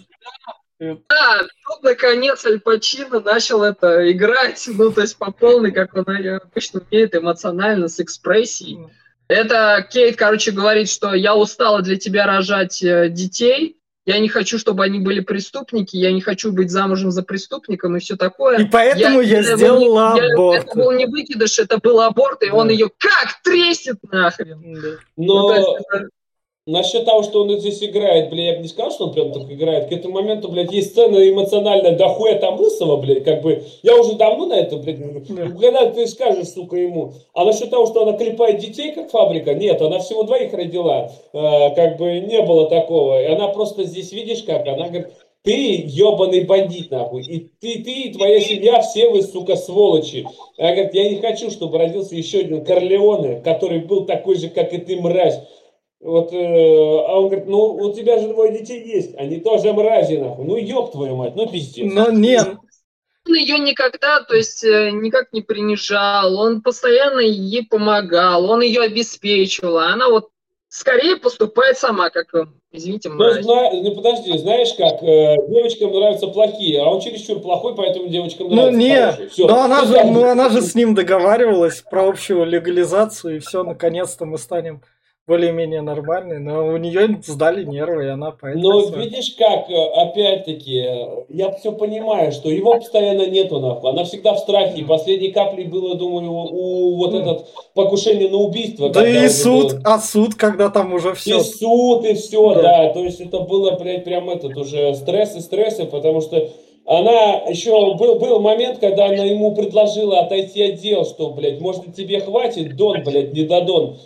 A: И
B: Да, тут наконец Аль Пачино начал это играть, ну то есть по полной, как он обычно умеет, эмоционально, с экспрессией. Это Кейт, короче, говорит, что я устала для тебя рожать детей, я не хочу, чтобы они были преступники, я не хочу быть замужем за преступником и все такое.
A: И поэтому я сделала аборт.
B: Это был не выкидыш, это был аборт, и
A: Да.
B: он ее как тресит нахрен.
A: Да.
B: Ну, то есть
C: Но
B: это-
C: насчет того, что он здесь играет, блядь, я бы не сказал, что он прям так играет. К этому моменту, блядь, есть сцена эмоциональная дохуя там лысого, блядь, как бы. Я уже давно на это, блядь,
A: Да.
C: ну, когда ты скажешь, сука, ему. А насчет того, что она клепает детей, как фабрика, нет, она всего 2 родила. Как бы не было такого. И она просто здесь, видишь как, она говорит, ты ебаный бандит, нахуй. И ты и твоя семья, все вы, сука, сволочи. Она говорит, я не хочу, чтобы родился еще один Корлеоне, который был такой же, как и ты, мразь. Вот, а он говорит, ну, у тебя же 2 детей есть, они тоже мрази, нахуй. Ну, ёб твою мать, ну, пиздец.
A: Но не,
B: он ее никогда, то есть никак не принижал, он постоянно ей помогал, он ее обеспечивал, а она вот скорее поступает сама, как, извините,
C: Ну,
B: мразь.
C: ну, подожди, знаешь как, девочкам нравятся плохие, а он чересчур плохой, поэтому девочкам
A: ну
C: нравится
A: не,
C: хороший. Всё.
A: но она
C: Ну,
A: же,
C: так,
A: ну она же с ним договаривалась про общую легализацию, и все, наконец-то мы станем более-менее нормальной, но у нее сдали нервы, и она поэтому...
C: Но видишь как, опять-таки, я все понимаю, что его постоянно нету, нахуй. Она всегда в страхе. И последней каплей было, думаю, у вот этот покушение на убийство.
A: Да
C: когда
A: и
C: уже
A: суд,
C: было.
A: а суд, когда там уже
C: И
A: все.
C: суд, и все,
A: Да.
C: да. То есть это было, блядь, прям этот уже стрессы, потому что она еще был момент, когда она ему предложила отойти от дел, что, блядь, может тебе хватит, Дон, блядь, не Додон.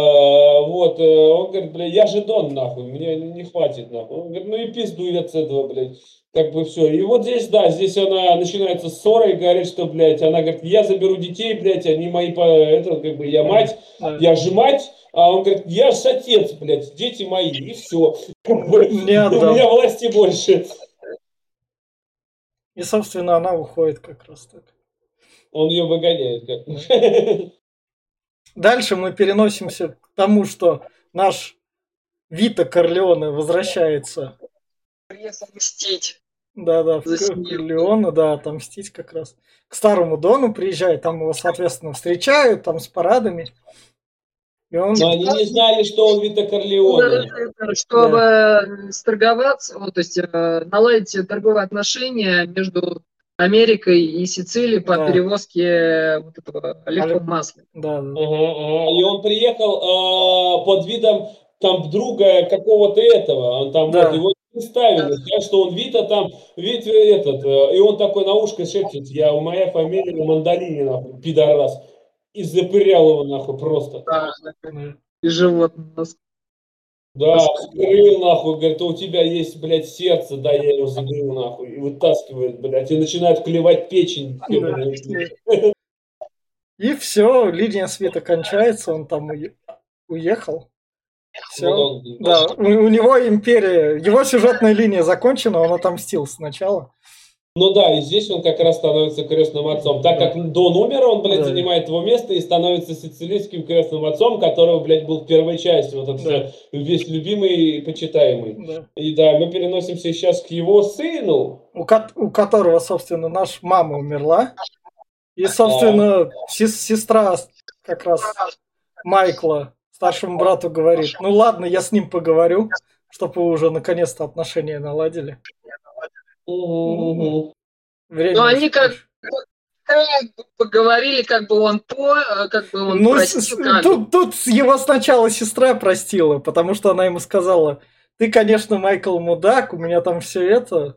C: Вот, он говорит, блядь, я же Дон, нахуй, мне не хватит, нахуй. Он говорит, ну и пиздуй от этого, блядь. Как бы все. И вот здесь, да, здесь она начинается ссора и говорит, что, блядь, она говорит, я заберу детей, блядь, они мои, это, как бы, я мать,
A: Да.
C: я же мать, а он говорит, я же отец, блядь, дети мои, и все.
A: Не
C: У
A: отдам.
C: меня власти больше.
A: И, собственно, она уходит как раз так.
C: Он ее выгоняет как.
A: Дальше мы переносимся к тому, что наш Вита Корлеоне возвращается.
B: Мстить.
A: Да, в
B: За семью.
A: Корлеоне, да, отомстить как раз. К старому Дону приезжает, там его, соответственно, встречают, там с парадами. И он...
C: Но они не знали, что он Вита Корлеоне.
B: Чтобы сторговаться, вот, то есть наладить торговые отношения между Америкой и Сицилией по
A: Да.
B: перевозке вот этого оливкового масла.
A: Да.
C: И он приехал под видом там друга какого-то этого. Он там
A: Да.
C: вот его представили, сказали, что он Вита там, Вит этот. И он такой на ушко шепчет, у моя фамилия Мандалини, нахуй, пидорас. И запырял его нахуй просто.
B: И животное.
C: Да, вскрыл нахуй, говорит, у тебя есть, блядь, сердце, да, я его заберу нахуй. И вытаскивает, блядь, и начинает клевать печень.
A: И все, линия света кончается, он там уехал. Все. Да, у него империя, его сюжетная линия закончена, он отомстил сначала.
C: Ну да, и здесь он как раз становится крестным отцом. Так как Дон умер, он, блядь, занимает его место и становится сицилийским крестным отцом, которого, блядь, был в первой части. Вот этот весь любимый и почитаемый. Да. И да, мы переносимся сейчас к его сыну.
A: У которого, собственно, наша мама умерла. И, собственно, сестра как раз Майкла старшему брату говорит, ну ладно, я с ним поговорю, чтобы вы уже наконец-то отношения наладили.
C: Угу.
B: Но они как поговорили, как бы он простил.
A: Тут его сначала сестра простила, потому что она ему сказала, ты, конечно, Майкл мудак, у меня там все это.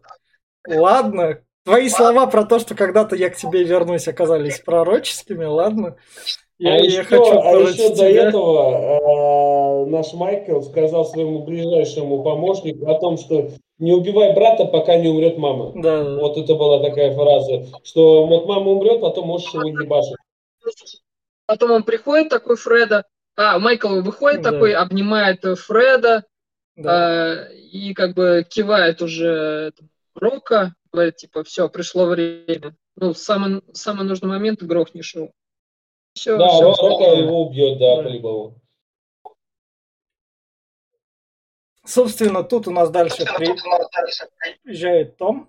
A: Ладно, твои слова про то, что когда-то я к тебе вернусь, оказались пророческими, ладно. Я хочу
C: А
A: против
C: еще до
A: тебя.
C: этого наш Майкл сказал своему ближайшему помощнику о том, что не убивай брата, пока не умрет мама.
A: Да,
C: Вот это была такая фраза, что вот мама умрет, потом можешь его ебашить.
B: Потом он приходит такой Фреда, Майкл выходит
A: да,
B: такой, обнимает Фреда
A: да.
B: и как бы кивает уже Рока, говорит, типа, все, пришло время. Ну, в самый нужный момент грохнешь его. Все,
C: Да,
B: все.
C: Рока его убьет, да,
A: Да.
C: по-любому.
A: Собственно, тут у нас дальше приезжает Том.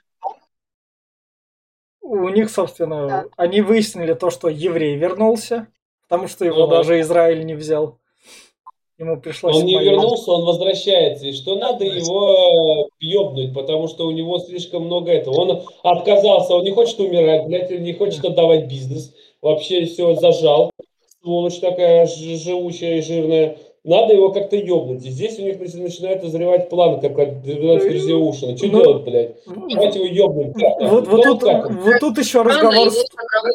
A: У них, собственно, они выяснили то, что еврей вернулся, потому что его
C: Ага.
A: даже Израиль не взял. Ему пришлось
C: Он не
A: майор.
C: вернулся, он возвращается. И что надо его ёбнуть, потому что у него слишком много этого. Он отказался, он не хочет умирать, блядь, он не хочет отдавать бизнес. Вообще все зажал. Сволочь такая живучая и жирная. Надо его как-то ёбнуть. И здесь у них начинает назревать план, как от 12 друзей Ушина. Что
A: Ну,
C: делать, блядь? Давайте его ёбнуть.
A: вот, вот тут еще разговор с...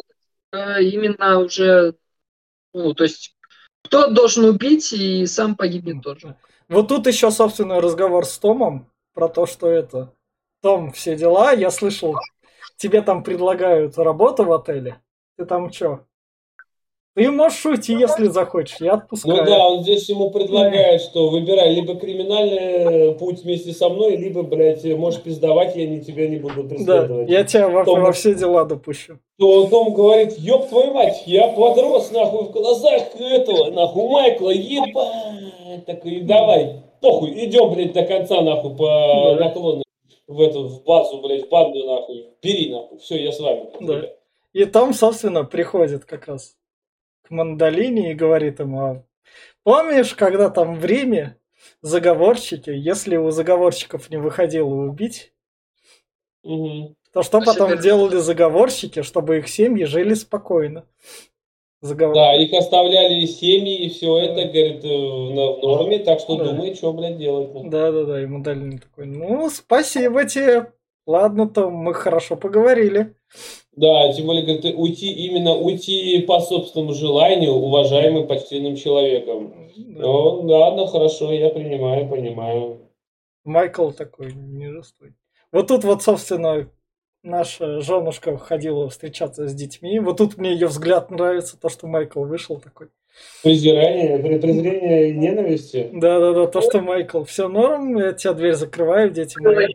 B: Именно уже, ну, то есть, кто должен убить и сам погибнет тоже.
A: Вот тут еще, собственно, разговор с Томом про то, что это... Том, все дела, я слышал, тебе там предлагают работу в отеле. Ты там что? Ты можешь уйти, если захочешь, я
C: Ну
A: отпускаю.
C: да, он здесь ему предлагает, что выбирай либо криминальный путь вместе со мной, либо, блядь, можешь пиздовать, тебя не буду
A: Да,
C: преследовать.
A: я тебя во
C: Том,
A: все дела допущу.
C: то Том говорит, ёб твою мать, я подрос, нахуй, в глазах этого, нахуй, Майкла, ебать, такой, давай, похуй, идем, блядь, до конца, нахуй, по
A: Да.
C: наклону, в базу, блядь, в банду, нахуй, бери, нахуй, все, я с вами,
A: Да.
C: ребят.
A: И Том, собственно, приходит как раз к Мандолине и говорит ему, помнишь, когда там в Риме заговорщики, если у заговорщиков не выходило убить,
C: Угу.
A: то что потом делали заговорщики, чтобы их семьи жили спокойно?
C: Да, их оставляли семьи, и все это, говорит, в норме, так что
A: Да.
C: думай, что, блядь, делать.
A: Да, и Мандолин такой, ну, спасибо тебе. Ладно, Том, мы хорошо поговорили.
C: Да, тем более, говорит, уйти по собственному желанию, уважаемым, почтенным человеком.
A: Да.
C: Ну, ладно, хорошо, я принимаю, понимаю.
A: Майкл такой, не жесткий. Вот тут вот, собственно, наша женушка ходила встречаться с детьми. Вот тут мне ее взгляд нравится, то, что Майкл вышел такой.
C: Презрение и ненависти?
A: Да, то, что Майкл, все норм, я тебя дверь закрываю, дети мои.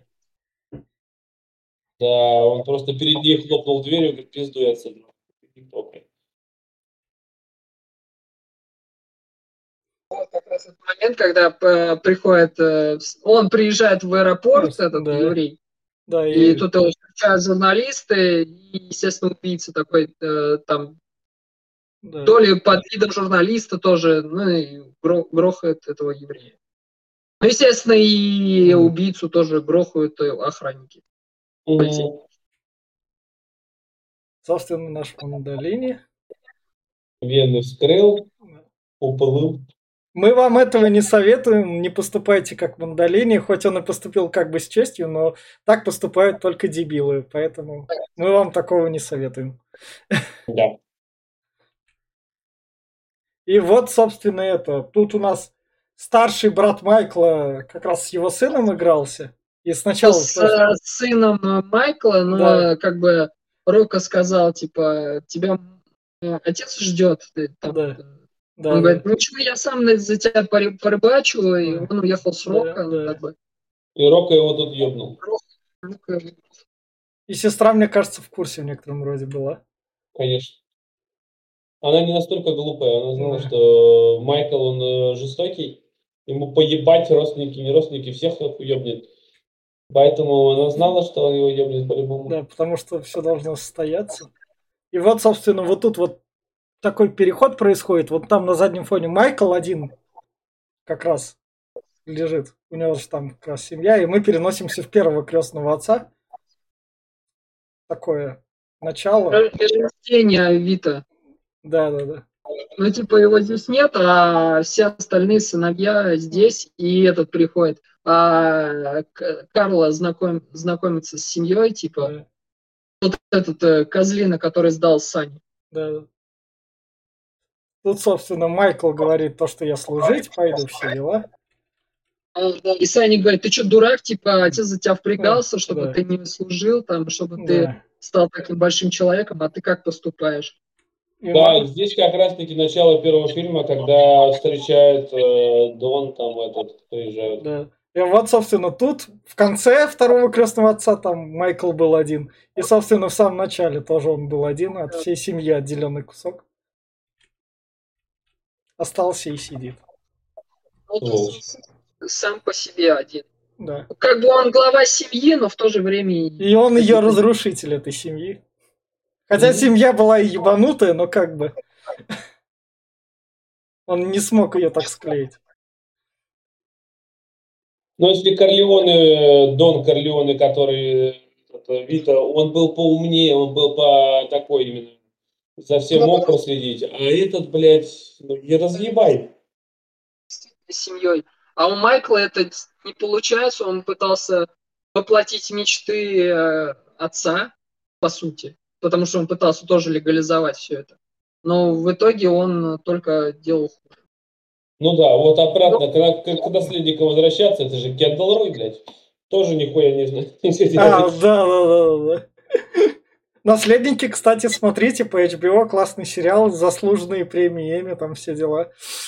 C: Да, он просто перед ней хлопнул дверью и говорит, пиздуй отсюда.
B: Вот как раз этот момент, когда приходит, он приезжает в аэропорт, этот
A: Да.
B: еврей,
A: Да,
B: и тут его встречают журналисты, и, естественно, убийца такой, там,
A: да.
B: то ли под видом журналиста тоже, ну, и грохает этого еврея. Ну, естественно, и убийцу тоже грохают охранники.
A: Собственно, наш Мандолини.
C: Вены вскрыл, уплыл.
A: Мы вам этого не советуем, не поступайте как Мандолини, хоть он и поступил как бы с честью, но так поступают только дебилы, поэтому мы вам такого не советуем.
C: Да.
A: И вот, собственно, это. Тут у нас старший брат Майкла как раз с его сыном игрался. И сначала...
B: С сыном Майкла, но
A: Да.
B: как бы Рока сказал, типа, тебя отец ждет. Он говорит, ну что, я сам за тебя порыбачу, и он уехал с Рока. Ну, как бы.
C: И Рока его тут ёбнул.
A: И сестра, мне кажется, в курсе в некотором роде была.
C: Конечно. Она не настолько глупая, она знала, что Майкл, он жестокий, ему поебать родственники, не родственники, всех ёбнет. Поэтому она знала, что он его ёбнет по-любому.
A: Да, потому что все должно состояться. И вот, собственно, вот тут вот такой переход происходит. Вот там на заднем фоне Майкл один как раз лежит. У него же там как раз семья. И мы переносимся в первого крестного отца. Такое начало.
B: Рождение Авито.
A: Да.
B: Ну, типа, его здесь нет, а все остальные сыновья здесь, и этот приходит. А Карла знакомится с семьей, типа,
A: Да.
B: вот этот козлина, который сдал Сани.
A: Да. Тут, собственно, Майкл говорит то, что я служить пойду, все дела.
B: Да, и Саня говорит, ты что, дурак, типа, отец за тебя впрягался, чтобы
A: Да.
B: ты не служил, там, чтобы
A: Да.
B: ты стал таким большим человеком, а ты как поступаешь?
A: И
C: Да,
A: мам-
C: здесь как раз-таки начало первого фильма, когда встречает Дон, там этот, приезжает.
A: Да. И вот, собственно, тут в конце второго крестного отца там Майкл был один. И, собственно, в самом начале тоже он был один, от всей семьи отделенный кусок. Остался и сидит.
B: Ну, то
C: Сволочь.
B: есть он сам по себе один.
A: Да.
B: Как бы он глава семьи, но в то же время...
A: И он ее разрушитель этой семьи. Хотя
C: Мгм.
A: семья была и ебанутая, но как бы он не смог ее так склеить.
C: Но если Корлеоне, Дон Корлеоне, который это, Вита, он был поумнее, он был по такой именно, за всем мог проследить. А этот, блядь, ну, не разъебай.
B: семьей. А у Майкла это не получается, он пытался воплотить мечты отца, по сути, потому что он пытался тоже легализовать все это. Но в итоге он только делал хуже.
C: Ну да, вот обратно, к наследнику возвращаться, это же Кендалл Рой, блядь. Тоже нихуя не знаю.
A: Да. Наследники, кстати, смотрите по HBO, классный сериал, заслуженные премии Эмми, там все дела.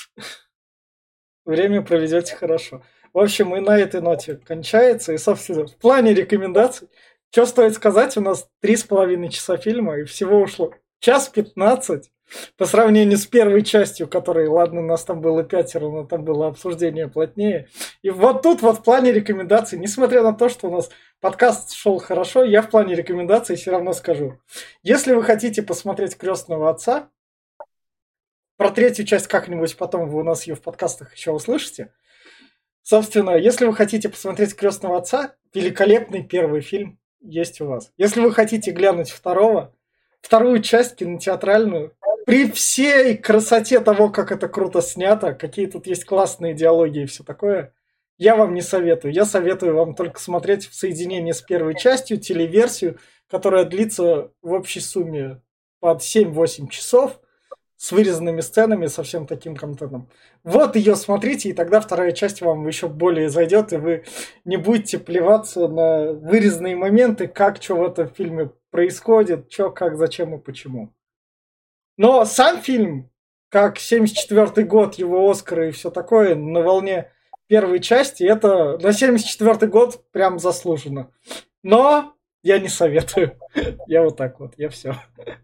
A: Время проведете хорошо. В общем, и на этой ноте кончается. И, собственно, в плане рекомендаций, что стоит сказать, у нас 3,5 часа фильма, и всего ушло 1:15. По сравнению с первой частью, которой, ладно, нас там было 5, но там было обсуждение плотнее. И вот тут вот в плане рекомендаций, несмотря на то, что у нас подкаст шел хорошо, я в плане рекомендаций все равно скажу. Если вы хотите посмотреть «Крестного отца», про третью часть как-нибудь потом вы у нас ее в подкастах еще услышите. Собственно, если вы хотите посмотреть «Крестного отца», великолепный первый фильм есть у вас. Если вы хотите глянуть вторую часть кинотеатральную, при всей красоте того, как это круто снято, какие тут есть классные диалоги и все такое, я вам не советую. Я советую вам только смотреть в соединении с первой частью, телеверсию, которая длится в общей сумме под 7-8 часов, с вырезанными сценами, со всем таким контентом. Вот ее смотрите, и тогда вторая часть вам еще более зайдет, и вы не будете плеваться на вырезанные моменты, как что в этом фильме происходит, что, как, зачем и почему. Но сам фильм, как 74-й год, его Оскары и все такое, на волне первой части, это на 74-й год прям заслуженно. Но я не советую. Я вот так вот, я все.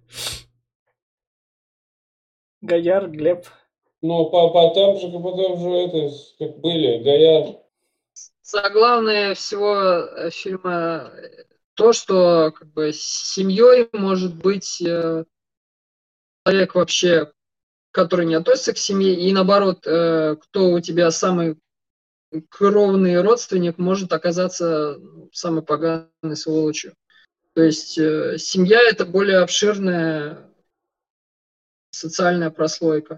A: Гояр, Глеб.
C: Ну, потом же это, как были, Гояр.
B: Заглавное всего фильма то, что как бы семьей может быть человек вообще, который не относится к семье, и наоборот, кто у тебя самый кровный родственник, может оказаться самой поганой сволочью. То есть семья – это более обширная социальная прослойка.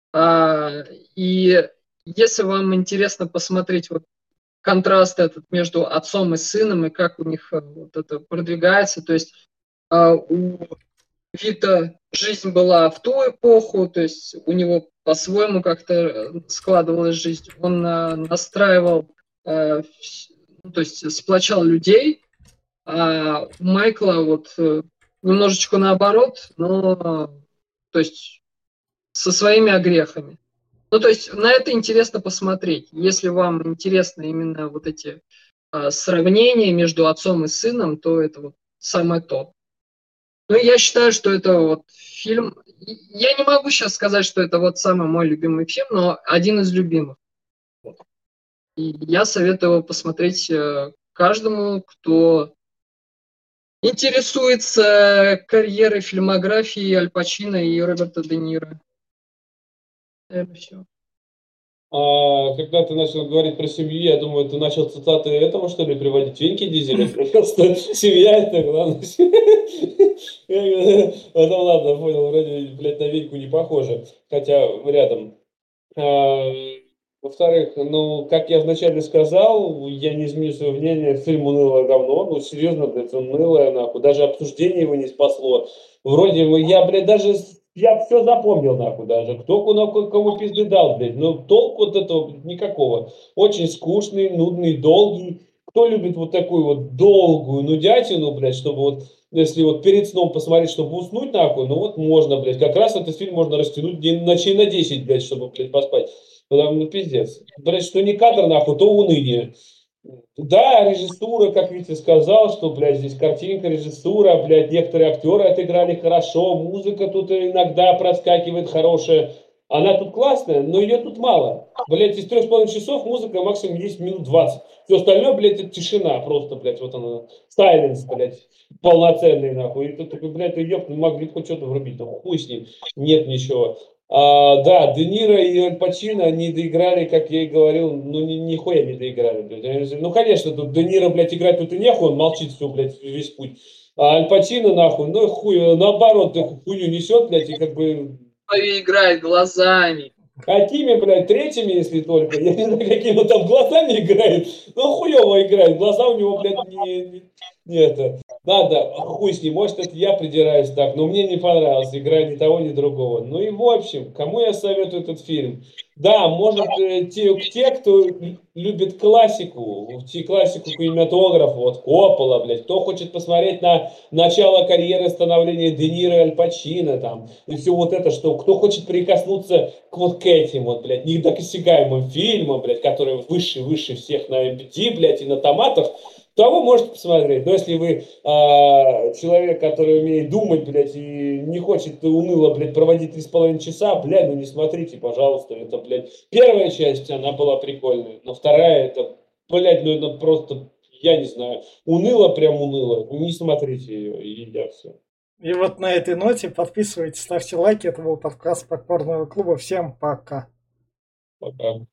B: И если вам интересно посмотреть вот контраст этот между отцом и сыном, и как у них вот это продвигается, то есть у Вита жизнь была в ту эпоху, то есть у него по-своему как-то складывалась жизнь. Он настраивал, то есть сплочал людей, а у Майкла вот немножечко наоборот, но то есть со своими огрехами. Ну, то есть на это интересно посмотреть. Если вам интересны именно вот эти сравнения между отцом и сыном, то это вот самое то. Ну, я считаю, что это вот фильм... Я не могу сейчас сказать, что это вот самый мой любимый фильм, но один из любимых. И я советую его посмотреть каждому, кто интересуется карьерой, фильмографией Аль Пачино и Роберта Де Ниро. Это все.
C: Когда ты начал говорить про семью, я думаю, ты начал цитаты этого, что ли, приводить? Веньки Дизеля? Просто семья это главное. Потом, ладно, понял, вроде, блядь, на Веньку не похоже, хотя рядом. Во-вторых, ну, как я вначале сказал, я не изменю свое мнение, фильм унылое говно, ну, серьезно, блядь, унылое, нахуй, даже обсуждение его не спасло. Вроде, я, блядь, даже я все запомнил, нахуй, даже. Кто кому пизды дал, блядь. Но толку от этого никакого. Очень скучный, нудный, долгий. Кто любит вот такую вот долгую нудятину, блядь, чтобы вот, если вот перед сном посмотреть, чтобы уснуть, нахуй, ну вот можно, блядь. Как раз этот фильм можно растянуть ночей на 10, блядь, чтобы, блядь, поспать. Потому, ну, пиздец. Блядь, что не кадр, нахуй, то уныние. Да, режиссура, как Витя сказал, что, блядь, здесь картинка, режиссура, блядь, некоторые актеры отыграли хорошо, музыка тут иногда проскакивает хорошая. Она тут классная, но ее тут мало. Блядь, из 3,5 часов музыка максимум есть минут 20. Все остальное, блядь, это тишина просто, блядь, вот она, silence, блядь, полноценный, нахуй. И тут такой, блядь, ёпта, могли бы хоть что-то врубить, ну хуй с ним, нет ничего. Да, Де Ниро и Аль Пачино, они доиграли, как я и говорил, ну нихуя не доиграли, блядь. Ну, конечно, тут Де Ниро, блядь, играть тут и нехуй, он молчит все, блядь, весь путь. А Аль Пачино, нахуй, ну хуй, наоборот, хуйню несет, блядь, и как бы...
B: Играет глазами.
C: Какими, блядь, третьими, если только. Я не знаю, какими он там глазами играет. Ну, хуево играет. Глаза у него, блядь, не это. Надо, хуй с ним, может, это я придираюсь так, но мне не понравилась игра ни того, ни другого. Ну и в общем, кому я советую этот фильм? Да, может, те, кто любит классику, классику кинематографа, вот Коппола, блядь, кто хочет посмотреть на начало карьеры становления Де Ниро и Аль Пачино, там, и все вот это, что кто хочет прикоснуться вот к этим вот, блядь, недосягаемым фильмам, блядь, которые выше всех на MPD, блядь, и на томатах, того можете посмотреть. Но если вы человек, который умеет думать, блядь, и не хочет уныло, блядь, проводить 3,5 часа, блядь, ну не смотрите, пожалуйста. Это, блядь, первая часть, она была прикольная, но вторая, это, блядь, ну это просто, я не знаю, уныло, прям уныло. Не смотрите ее, и я все.
A: И вот на этой ноте подписывайтесь, ставьте лайки. Это был подкаст Попкорного клуба. Всем пока.
C: Пока.